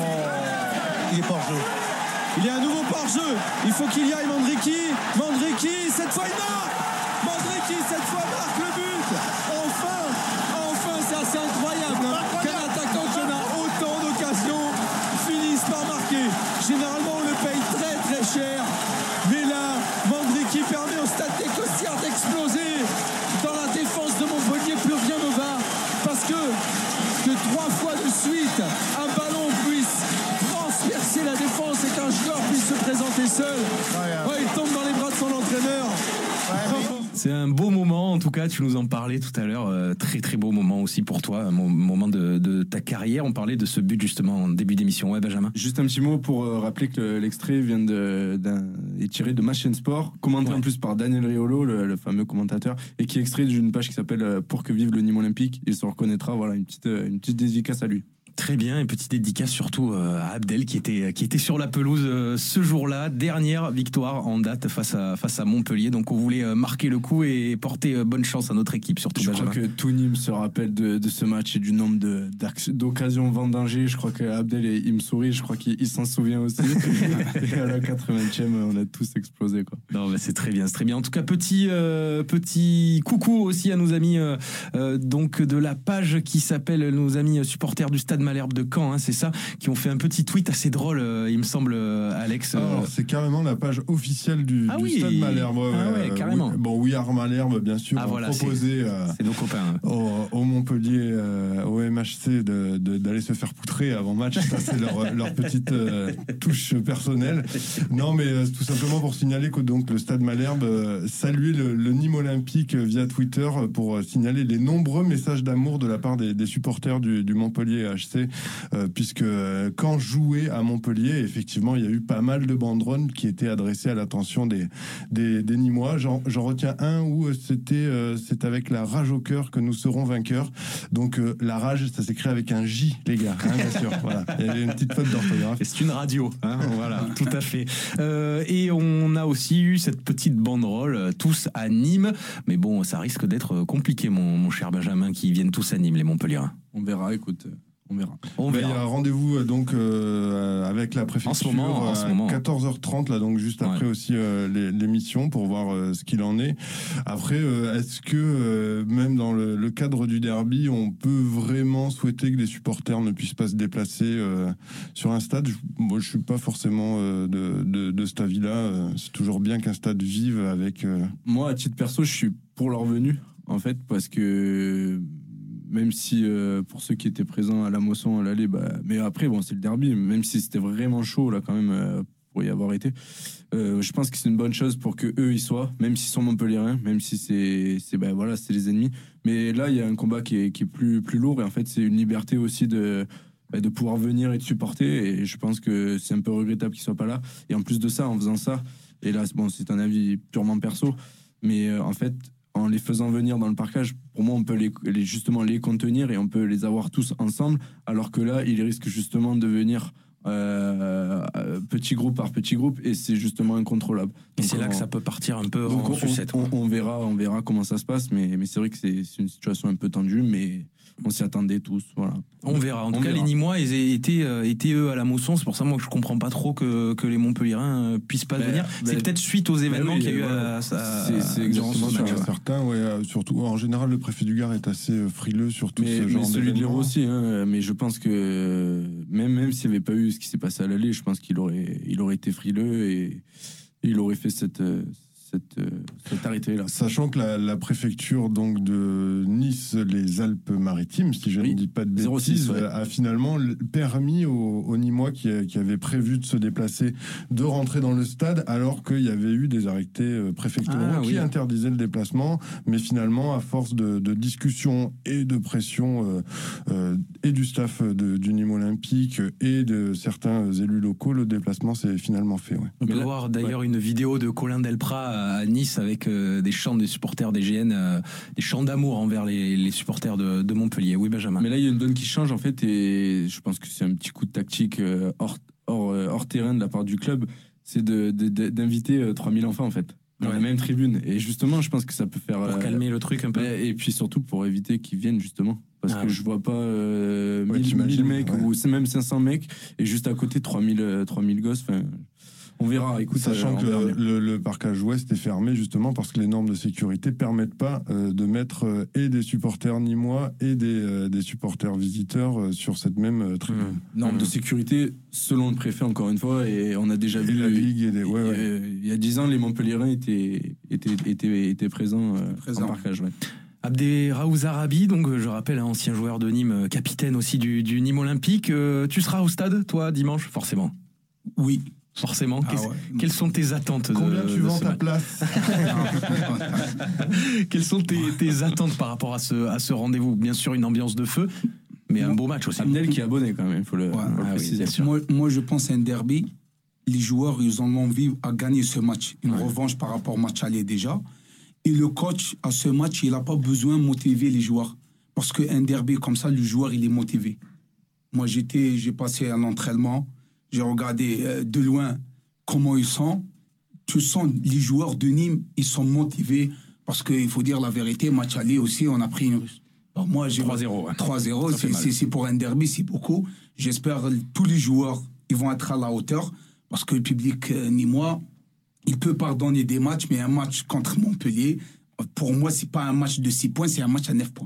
Il est pas hors jeu. Il y a un nouveau pare-jeu. Il faut qu'il y aille Mandriki. Mandriki, cette fois il marque. Mandriki, cette fois marque le but. Enfin, enfin, c'est assez incroyable. Hein, qu'un attaquant qui en a autant d'occasions finisse par marquer. Généralement, on le paye très très cher. Mais là, Mandriki permet au Stade des Costières d'exploser. Dans la défense de Montpellier, plus rien ne va. Parce que, que trois fois de suite, un ballon puisse transpercer la défense et qu'un joueur puisse se présenter seul. Ouais, il tombe dans les bras de son entraîneur. C'est un beau moment, en tout cas, tu nous en parlais tout à l'heure, euh, très très beau moment aussi pour toi, un moment de, de ta carrière. On parlait de ce but justement en début d'émission, ouais Benjamin. Juste un petit mot pour euh, rappeler que l'extrait vient de, d'un, est tiré de Ma Chaîne Sport, commenté ouais. en plus par Daniel Riolo, le, le fameux commentateur, et qui est extrait d'une page qui s'appelle euh, Pour que vive le Nîmes Olympique. Il se reconnaîtra, voilà, une petite, une petite dédicace à lui. Très bien, et petite dédicace surtout à Abdel qui était, qui était sur la pelouse ce jour-là. Dernière victoire en date face à, face à Montpellier. Donc on voulait marquer le coup et porter bonne chance à notre équipe, surtout Je Benjamin. crois que tout Nîmes se rappelle de, de ce match et du nombre de, d'occasions vendangées. Je crois qu'Abdel, il me sourit, je crois qu'il il s'en souvient aussi. Et à la quatre-vingtième, on a tous explosé, quoi. Non, bah c'est très bien, c'est très bien. En tout cas, petit, euh, petit coucou aussi à nos amis euh, euh, donc de la page qui s'appelle nos amis supporters du Stade Malherbe de Caen, hein, c'est ça, qui ont fait un petit tweet assez drôle, euh, il me semble, euh, Alex. Euh... Alors, c'est carrément la page officielle du, ah du oui. Stade Malherbe. Ouais, ah ouais, euh, carrément. Oui. Bon, oui, Briard Malherbe, bien sûr, ah, ont voilà, proposé c'est, euh, c'est nos copains. Au, au Montpellier, euh, au M H C, de, de, d'aller se faire poutrer avant match. Ça, c'est leur, leur petite euh, touche personnelle. Non, mais euh, tout simplement pour signaler que donc, le Stade Malherbe euh, saluait le, le Nîmes Olympique via Twitter pour euh, signaler les nombreux messages d'amour de la part des, des supporters du, du Montpellier H C, euh, puisque euh, quand jouait à Montpellier, effectivement, il y a eu pas mal de banderoles qui étaient adressées à l'attention des, des, des Nîmois. J'en, j'en retiens un où c'était euh, c'est avec la rage au cœur que nous serons vainqueurs. Donc euh, la rage, ça s'écrit avec un J, les gars, hein, bien sûr. Voilà. Il y avait une petite faute d'orthographe. Et c'est une radio, hein, voilà, tout à fait. Euh, et on a aussi eu cette petite banderole, euh, tous à Nîmes. Mais bon, ça risque d'être compliqué, mon, mon cher Benjamin, qui viennent tous à Nîmes, les Montpelliérains. On verra, écoute. On verra. On verra. Il y a un rendez-vous donc euh, avec la préfecture en ce moment, en ce à moment. quatorze heures trente là, donc juste après ouais. aussi euh, les, l'émission pour voir euh, ce qu'il en est. Après, euh, est-ce que euh, même dans le, le cadre du derby, on peut vraiment souhaiter que les supporters ne puissent pas se déplacer euh, sur un stade? Moi, je suis pas forcément euh, de, de, de cet avis-là. C'est toujours bien qu'un stade vive avec. Euh... Moi, à titre perso, je suis pour leur venue en fait parce que. Même si euh, pour ceux qui étaient présents à la Mosson, à l'aller, bah, mais après bon c'est le derby, même si c'était vraiment chaud là quand même euh, pour y avoir été, euh, je pense que c'est une bonne chose pour que eux y soient, même s'ils sont montpelliérains, même si c'est c'est bah, voilà c'est les ennemis. Mais là il y a un combat qui est qui est plus plus lourd et en fait c'est une liberté aussi de bah, de pouvoir venir et de supporter et je pense que c'est un peu regrettable qu'ils soient pas là. Et en plus de ça, en faisant ça, et là bon c'est un avis purement perso, mais euh, en fait en les faisant venir dans le parcage, pour moi, on peut les, les, justement les contenir et on peut les avoir tous ensemble, alors que là, ils risquent justement de venir euh, petit groupe par petit groupe et c'est justement incontrôlable. Et donc c'est on, là que ça peut partir un peu en on, sucette. On, on, verra, on verra comment ça se passe, mais, mais c'est vrai que c'est, c'est une situation un peu tendue, mais on s'y attendait tous. Voilà. On verra. En tout on cas, verra. Les Nîmois, ils étaient, euh, étaient eux à la Mosson. C'est pour ça moi que je comprends pas trop que, que les Montpelliérains euh, puissent pas bah, venir. Bah, c'est peut-être suite aux événements bah, oui, qu'il y a eu voilà. à, à, c'est, c'est exactement ça. ça. Certains, ouais, euh, surtout en général, le préfet du Gard est assez frileux sur tout mais, ce genre mais celui de l'Hérault d'événements. aussi. Hein, mais je pense que même même s'il n'y avait pas eu ce qui s'est passé à l'aller, je pense qu'il aurait il aurait été frileux et, et il aurait fait cette Cette, euh, cet arrêté là. Sachant que la, la préfecture donc de Nice, les Alpes-Maritimes, si je oui, ne dis pas de bêtises, zéro six, ouais. a finalement permis aux, aux Nîmois qui, qui avaient prévu de se déplacer de rentrer dans le stade, alors qu'il y avait eu des arrêtés préfectoraux ah, qui oui. interdisaient le déplacement, mais finalement, à force de, de discussions et de pression euh, euh, et du staff de, du Nîmes Olympique et de certains élus locaux, le déplacement s'est finalement fait. Ouais. On peut là, voir d'ailleurs ouais. une vidéo de Colin Delprat à Nice avec euh, des chants des supporters des G N, euh, des chants d'amour envers les, les supporters de, de Montpellier. Oui, Benjamin. Mais là, il y a une donne qui change en fait, et je pense que c'est un petit coup de tactique euh, hors, hors, euh, hors terrain de la part du club, c'est de, de, de, d'inviter euh, trois mille enfants en fait. Dans ouais. la même tribune. Et justement, je pense que ça peut faire. Pour euh, calmer le truc un peu. Et puis surtout pour éviter qu'ils viennent, justement. Parce ah, que ouais. je vois pas euh, ouais, mille mecs ouais. ou même cinq cents mecs et juste à côté trois mille gosses. Enfin. On verra, écoute. Sachant euh, que verra le, le, le parcage ouest est fermé justement parce que les normes de sécurité permettent pas euh, de mettre euh, et des supporters nîmois et des, euh, des supporters visiteurs euh, sur cette même euh, tribune. Mmh. Normes mmh. de sécurité selon le préfet encore une fois, et on a déjà et vu la ligue et des, ouais, il, ouais. il y a dix ans les Montpelliérains étaient étaient étaient, étaient présents euh, Présent. en parcage. Ouais. Abderraouz Arabi, donc je rappelle, un ancien joueur de Nîmes, capitaine aussi du, du Nîmes Olympique. Euh, tu seras au stade, toi, dimanche, forcément. Oui. Forcément. Ah ouais. Quelles sont tes attentes de, Combien tu de vends ce ta match place? Quelles sont tes, tes attentes par rapport à ce, à ce rendez-vous? Bien sûr, une ambiance de feu, mais un beau match aussi. Abdel qui est abonné quand même, il faut le, ouais. faut le ah préciser. Oui, moi, moi, je pense à un derby. Les joueurs, ils ont envie à gagner ce match. Une ouais. revanche par rapport au match aller déjà. Et le coach, à ce match, il n'a pas besoin de motiver les joueurs. Parce qu'un derby comme ça, le joueur, il est motivé. Moi, j'étais, j'ai passé un entraînement. J'ai regardé euh, de loin comment ils sont. Tu sens les joueurs de Nîmes, ils sont motivés parce qu'il faut dire la vérité, match aller aussi, on a pris une... Alors moi, j'ai trois zéro. Ouais. trois zéro, c'est, c'est, c'est pour un derby, c'est beaucoup. J'espère que tous les joueurs ils vont être à la hauteur parce que le public euh, nîmois, il peut pardonner des matchs, mais un match contre Montpellier, pour moi, c'est pas un match de six points, c'est un match à neuf points.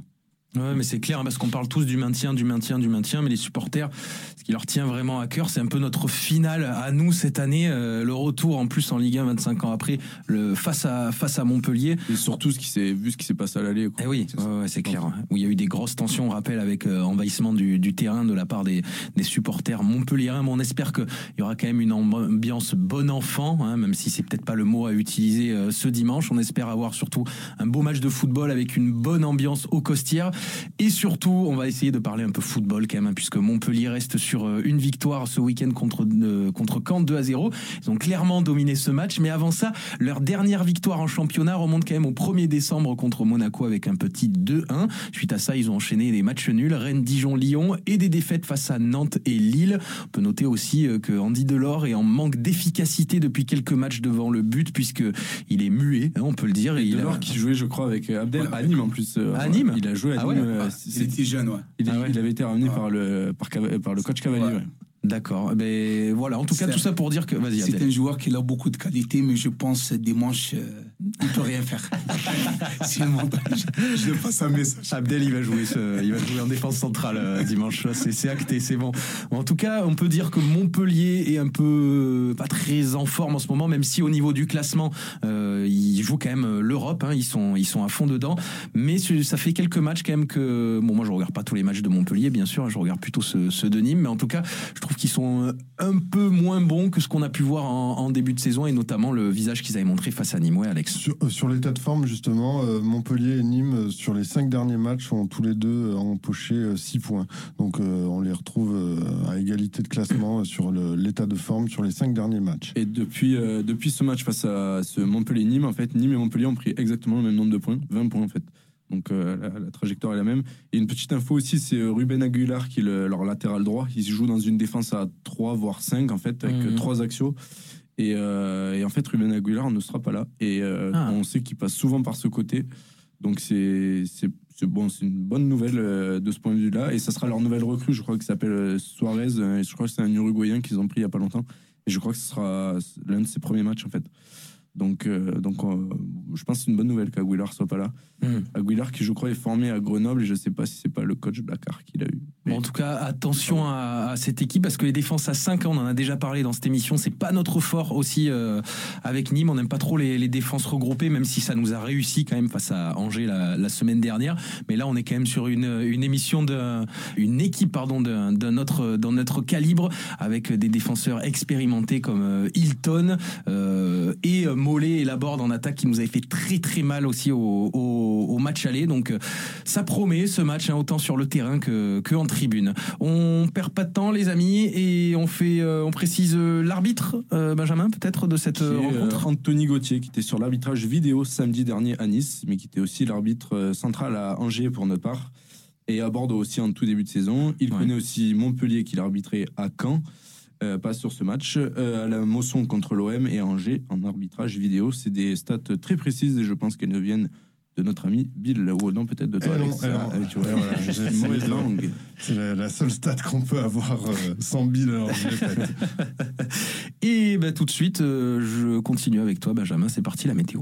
Ouais, mais c'est clair, hein, parce qu'on parle tous du maintien, du maintien, du maintien, mais les supporters, ce qui leur tient vraiment à cœur, c'est un peu notre finale à nous cette année, euh, le retour en plus en Ligue un vingt-cinq ans après, le, face à face à Montpellier. Et surtout ce qui s'est vu, ce qui s'est passé à l'aller. Eh oui, c'est, ouais, ouais, c'est clair. Où il y a eu des grosses tensions, on rappelle, avec euh, envahissement du, du terrain de la part des, des supporters montpelliérains. Mais on espère qu'il y aura quand même une ambiance bon enfant, hein, même si c'est peut-être pas le mot à utiliser euh, ce dimanche. On espère avoir surtout un beau match de football avec une bonne ambiance aux Costières. Et surtout, on va essayer de parler un peu football quand même, hein, puisque Montpellier reste sur une victoire ce week-end contre, euh, contre Caen, deux à zéro. Ils ont clairement dominé ce match, mais avant ça, leur dernière victoire en championnat remonte quand même au premier décembre contre Monaco avec un petit deux un. Suite à ça, ils ont enchaîné des matchs nuls, Rennes, Dijon, Lyon, et des défaites face à Nantes et Lille. On peut noter aussi que Andy Delors est en manque d'efficacité depuis quelques matchs devant le but, puisqu'il est muet, hein, on peut le dire. Et il Delors a... qui jouait, je crois, avec Abdel ouais, à Nîmes en plus. Euh, à Nîmes. Il a joué à ah Nîmes. Ouais. Euh, il était jeune, ouais. Il, ah ouais. il avait été ramené ouais. par, le, par, par le coach Cavalier. Ouais. Ouais. D'accord, mais voilà, en tout cas, c'est tout ça pour dire que... Vas-y, c'est Abdel. un joueur qui a beaucoup de qualité, mais je pense dimanche, euh, il peut rien faire. C'est un montage. Je passe un message. Abdel, il va jouer, ce, il va jouer en défense centrale euh, dimanche. C'est, c'est acté, c'est bon. En tout cas, on peut dire que Montpellier est un peu pas très en forme en ce moment, même si au niveau du classement, euh, ils jouent quand même l'Europe. Hein, ils sont, ils sont à fond dedans. Mais ça fait quelques matchs quand même que... Bon, moi, je regarde pas tous les matchs de Montpellier, bien sûr. Je regarde plutôt ceux, ceux de Nîmes. Mais en tout cas, je trouve qu'ils sont un peu moins bons que ce qu'on a pu voir en, en début de saison, et notamment le visage qu'ils avaient montré face à Nîmes. Ouais, Alex. Sur, euh, sur l'état de forme, justement, euh, Montpellier et Nîmes, euh, sur les cinq derniers matchs, ont tous les deux euh, empoché euh, six points. Donc euh, on les retrouve euh, à égalité de classement euh, sur le, l'état de forme sur les cinq derniers matchs. Et depuis, euh, depuis ce match face à ce Montpellier-Nîmes, en fait, Nîmes et Montpellier ont pris exactement le même nombre de points, vingt points en fait. Donc euh, la, la trajectoire est la même. Et une petite info aussi, c'est Ruben Aguilar qui est le, leur latéral droit. Il joue dans une défense à trois voire cinq en fait, avec mmh. trois axiaux. Et, euh, et en fait, Ruben Aguilar ne sera pas là. Et euh, ah. on sait qu'il passe souvent par ce côté. Donc c'est, c'est, c'est, bon, c'est une bonne nouvelle euh, de ce point de vue-là. Et ça sera leur nouvelle recrue, je crois, qui s'appelle Suarez. Et je crois que c'est un Uruguayen qu'ils ont pris il n'y a pas longtemps. Et je crois que ce sera l'un de ses premiers matchs en fait. Donc, euh, donc euh, je pense que c'est une bonne nouvelle qu'Aguilar soit pas là. Mmh. Aguilar qui, je crois, est formé à Grenoble, et je ne sais pas si c'est pas le coach Blacard qui l'a eu. Mais... Bon, en tout cas, attention à, à cette équipe, parce que les défenses à cinq ans, on en a déjà parlé dans cette émission, c'est pas notre fort aussi euh, avec Nîmes. On n'aime pas trop les, les défenses regroupées, même si ça nous a réussi quand même face à Angers la, la semaine dernière. Mais là, on est quand même sur une, une émission de, une équipe, pardon, d'un, d'un notre, dans notre calibre, avec des défenseurs expérimentés comme euh, Hilton euh, et euh, Mollet et Laborde en attaque, qui nous avait fait très très mal aussi au, au, au match aller. Donc euh, ça promet ce match, hein, autant sur le terrain que, que en tribune. On perd pas de temps, les amis, et on fait, euh, on précise euh, l'arbitre, euh, Benjamin, peut-être, de cette euh, rencontre. Euh, Anthony Gauthier, qui était sur l'arbitrage vidéo samedi dernier à Nice, mais qui était aussi l'arbitre euh, central à Angers pour notre part, et à Bordeaux aussi en tout début de saison. Il ouais. connaît aussi Montpellier, qu'il a arbitré à Caen. Euh, pas sur ce match, euh, à la Mosson contre l'O M et Angers en arbitrage vidéo. C'est des stats très précises, et je pense qu'elles ne viennent de notre ami Bill, ou non, peut-être de toi, eh Alex. Non, alors, euh, tu vois, voilà, j'ai une mauvaise langue. C'est la, la seule stat qu'on peut avoir euh, sans Bill, alors je l'ai faite. Et bah, tout de suite, euh, je continue avec toi, Benjamin. C'est parti, la météo.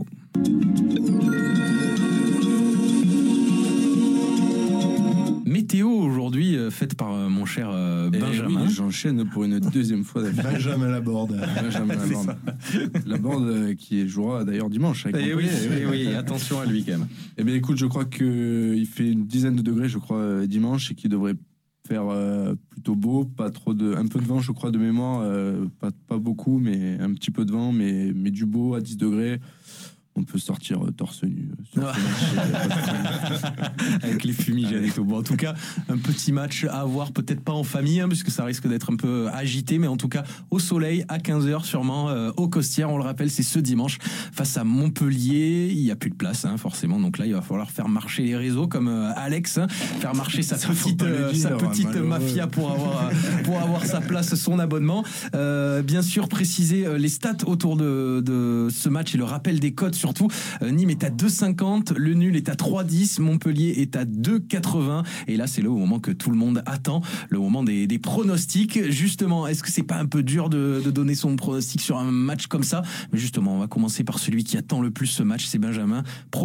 Météo aujourd'hui euh, faite par euh, mon cher euh, Benjamin. Oui, j'enchaîne pour une deuxième fois. Benjamin Laborde. Benjamin Laborde. Laborde euh, qui jouera d'ailleurs dimanche. Avec et oui, oui, oui, attention à lui quand même. Eh bien écoute, je crois qu'il fait une dizaine de degrés, je crois, euh, dimanche, et qu'il devrait faire euh, plutôt beau, pas trop de, un peu de vent, je crois, de mémoire, euh, pas, pas beaucoup, mais un petit peu de vent, mais, mais du beau à dix degrés. On peut sortir euh, torse nu sur ce match, avec les fumigènes et tout. Bon, en tout cas, un petit match à avoir, peut-être pas en famille, hein, puisque ça risque d'être un peu agité, mais en tout cas au soleil à quinze heures sûrement euh, au Costières. On le rappelle, c'est ce dimanche face à Montpellier. Il n'y a plus de place, hein, forcément. Donc là, il va falloir faire marcher les réseaux comme euh, Alex, hein, faire marcher sa ça petite, euh, dire, sa petite mafia pour avoir, pour avoir sa place, son abonnement. Euh, bien sûr, préciser euh, les stats autour de, de ce match et le rappel des codes. Surtout, euh, Nîmes est à deux cinquante, le nul est à trois dix, Montpellier est à deux quatre-vingts. Et là, c'est le moment que tout le monde attend, le moment des, des pronostics. Justement, est-ce que c'est pas un peu dur de, de donner son pronostic sur un match comme ça? Mais justement, on va commencer par celui qui attend le plus ce match, c'est Benjamin. Prono.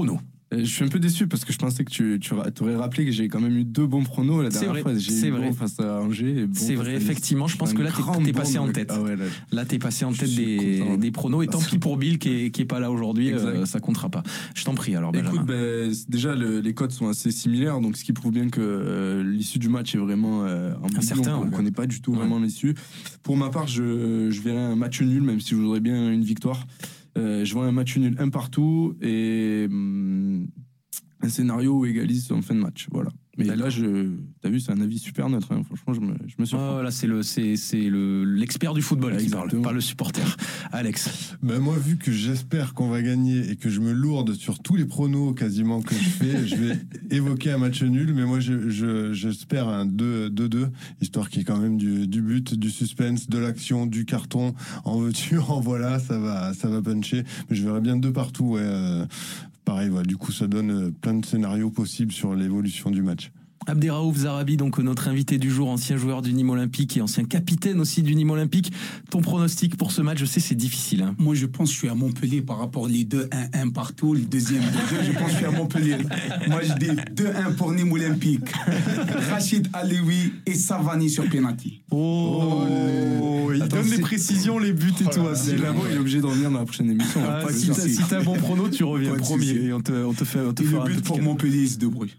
Je suis un peu déçu parce que je pensais que tu, tu aurais rappelé que j'ai quand même eu deux bons pronos la dernière vrai, fois. J'ai c'est eu vrai. bon face à Angers. Et bon c'est vrai, face effectivement. Je pense que là, t'es, t'es passé en tête. Ah ouais, là, là, t'es passé en tête des, des pronos. Et tant pis pour Bill qui est, qui est pas là aujourd'hui, euh, ça comptera pas. Je t'en prie alors, Benjamin. Écoute, ben, déjà, le, les codes sont assez similaires, donc ce qui prouve bien que euh, l'issue du match est vraiment euh, incertain. On ne connaît pas du tout ouais. vraiment l'issue. Pour ma part, je, je verrai un match nul, même si je voudrais bien une victoire. Euh, je vois un match nul, un partout et hum, un scénario où égalise en fin de match. Voilà. Mais D'accord. là, je, t'as vu, c'est un avis super neutre. Hein. Franchement, je me, je me surprends. Oh, là, c'est le, c'est, c'est le, l'expert du football ouais, qui parle, pas le supporter. Alex. Ben moi, vu que j'espère qu'on va gagner et que je me lourde sur tous les pronos quasiment que je fais, je vais évoquer un match nul. Mais moi, je, je, j'espère un deux deux, histoire qu'il y ait quand même du, du but, du suspense, de l'action, du carton. En veux-tu, en voilà, ça va, ça va puncher. Mais je verrai bien deux partout. Ouais, euh, pareil, voilà, du coup, ça donne plein de scénarios possibles sur l'évolution du match. Abderraouf Zarabi, donc notre invité du jour, ancien joueur du Nîmes Olympique et ancien capitaine aussi du Nîmes Olympique. Ton pronostic pour ce match, je sais, c'est difficile. Hein. Moi, je pense que je suis à Montpellier par rapport aux deux un un partout, le deuxième deux deux, je pense que je suis à Montpellier. Moi, je dis deux un pour Nîmes Olympique. Rachid Alewi et Savani sur penalty. Oh, oh il Attends, donne c'est... les précisions, les buts et oh tout. C'est là-bas, il est obligé de revenir dans la prochaine émission. Ah, si, t'as, si t'as un bon prono, tu reviens premier et on te, on te fait, on te et le but pour calme. Montpellier, il se débrouille.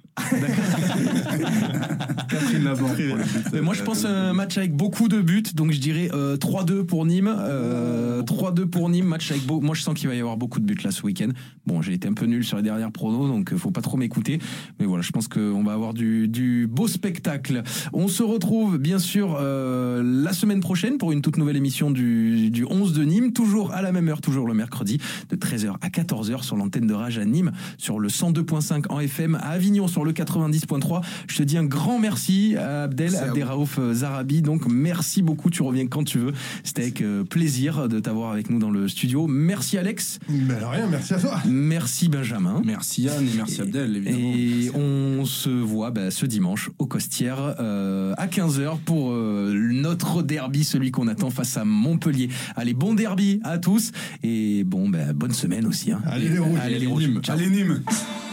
Catherine Laban. Moi, je pense un match avec beaucoup de buts, donc je dirais euh, trois deux pour Nîmes. Euh, trois deux pour Nîmes, match avec beau... Moi, je sens qu'il va y avoir beaucoup de buts là ce week-end. Bon, j'ai été un peu nul sur les dernières pronos, donc faut pas trop m'écouter. Mais voilà, je pense qu'on va avoir du, du beau spectacle. On se retrouve bien sûr euh, la semaine prochaine pour une toute nouvelle émission du, du onze de Nîmes, toujours à la même heure, toujours le mercredi, de treize heures à quatorze heures sur l'antenne de Rage à Nîmes, sur le cent deux virgule cinq en F M, à Avignon sur le quatre-vingt-dix virgule trois. Je te dis un grand merci à Abdel, Abderraouf Zarabi. Donc merci beaucoup, tu reviens quand tu veux. C'était avec euh, plaisir de t'avoir avec nous dans le studio. Merci Alex. Ben rien, merci à toi. Merci Benjamin. Merci Yann et merci et, Abdel évidemment. Et merci. On se voit bah, ce dimanche au Costières euh, à quinze heures pour euh, notre derby, celui qu'on attend face à Montpellier. Allez, bon derby à tous et bon bah, bonne semaine aussi. Hein. Allez les rouges. Allez les rouges. Allez Nîmes.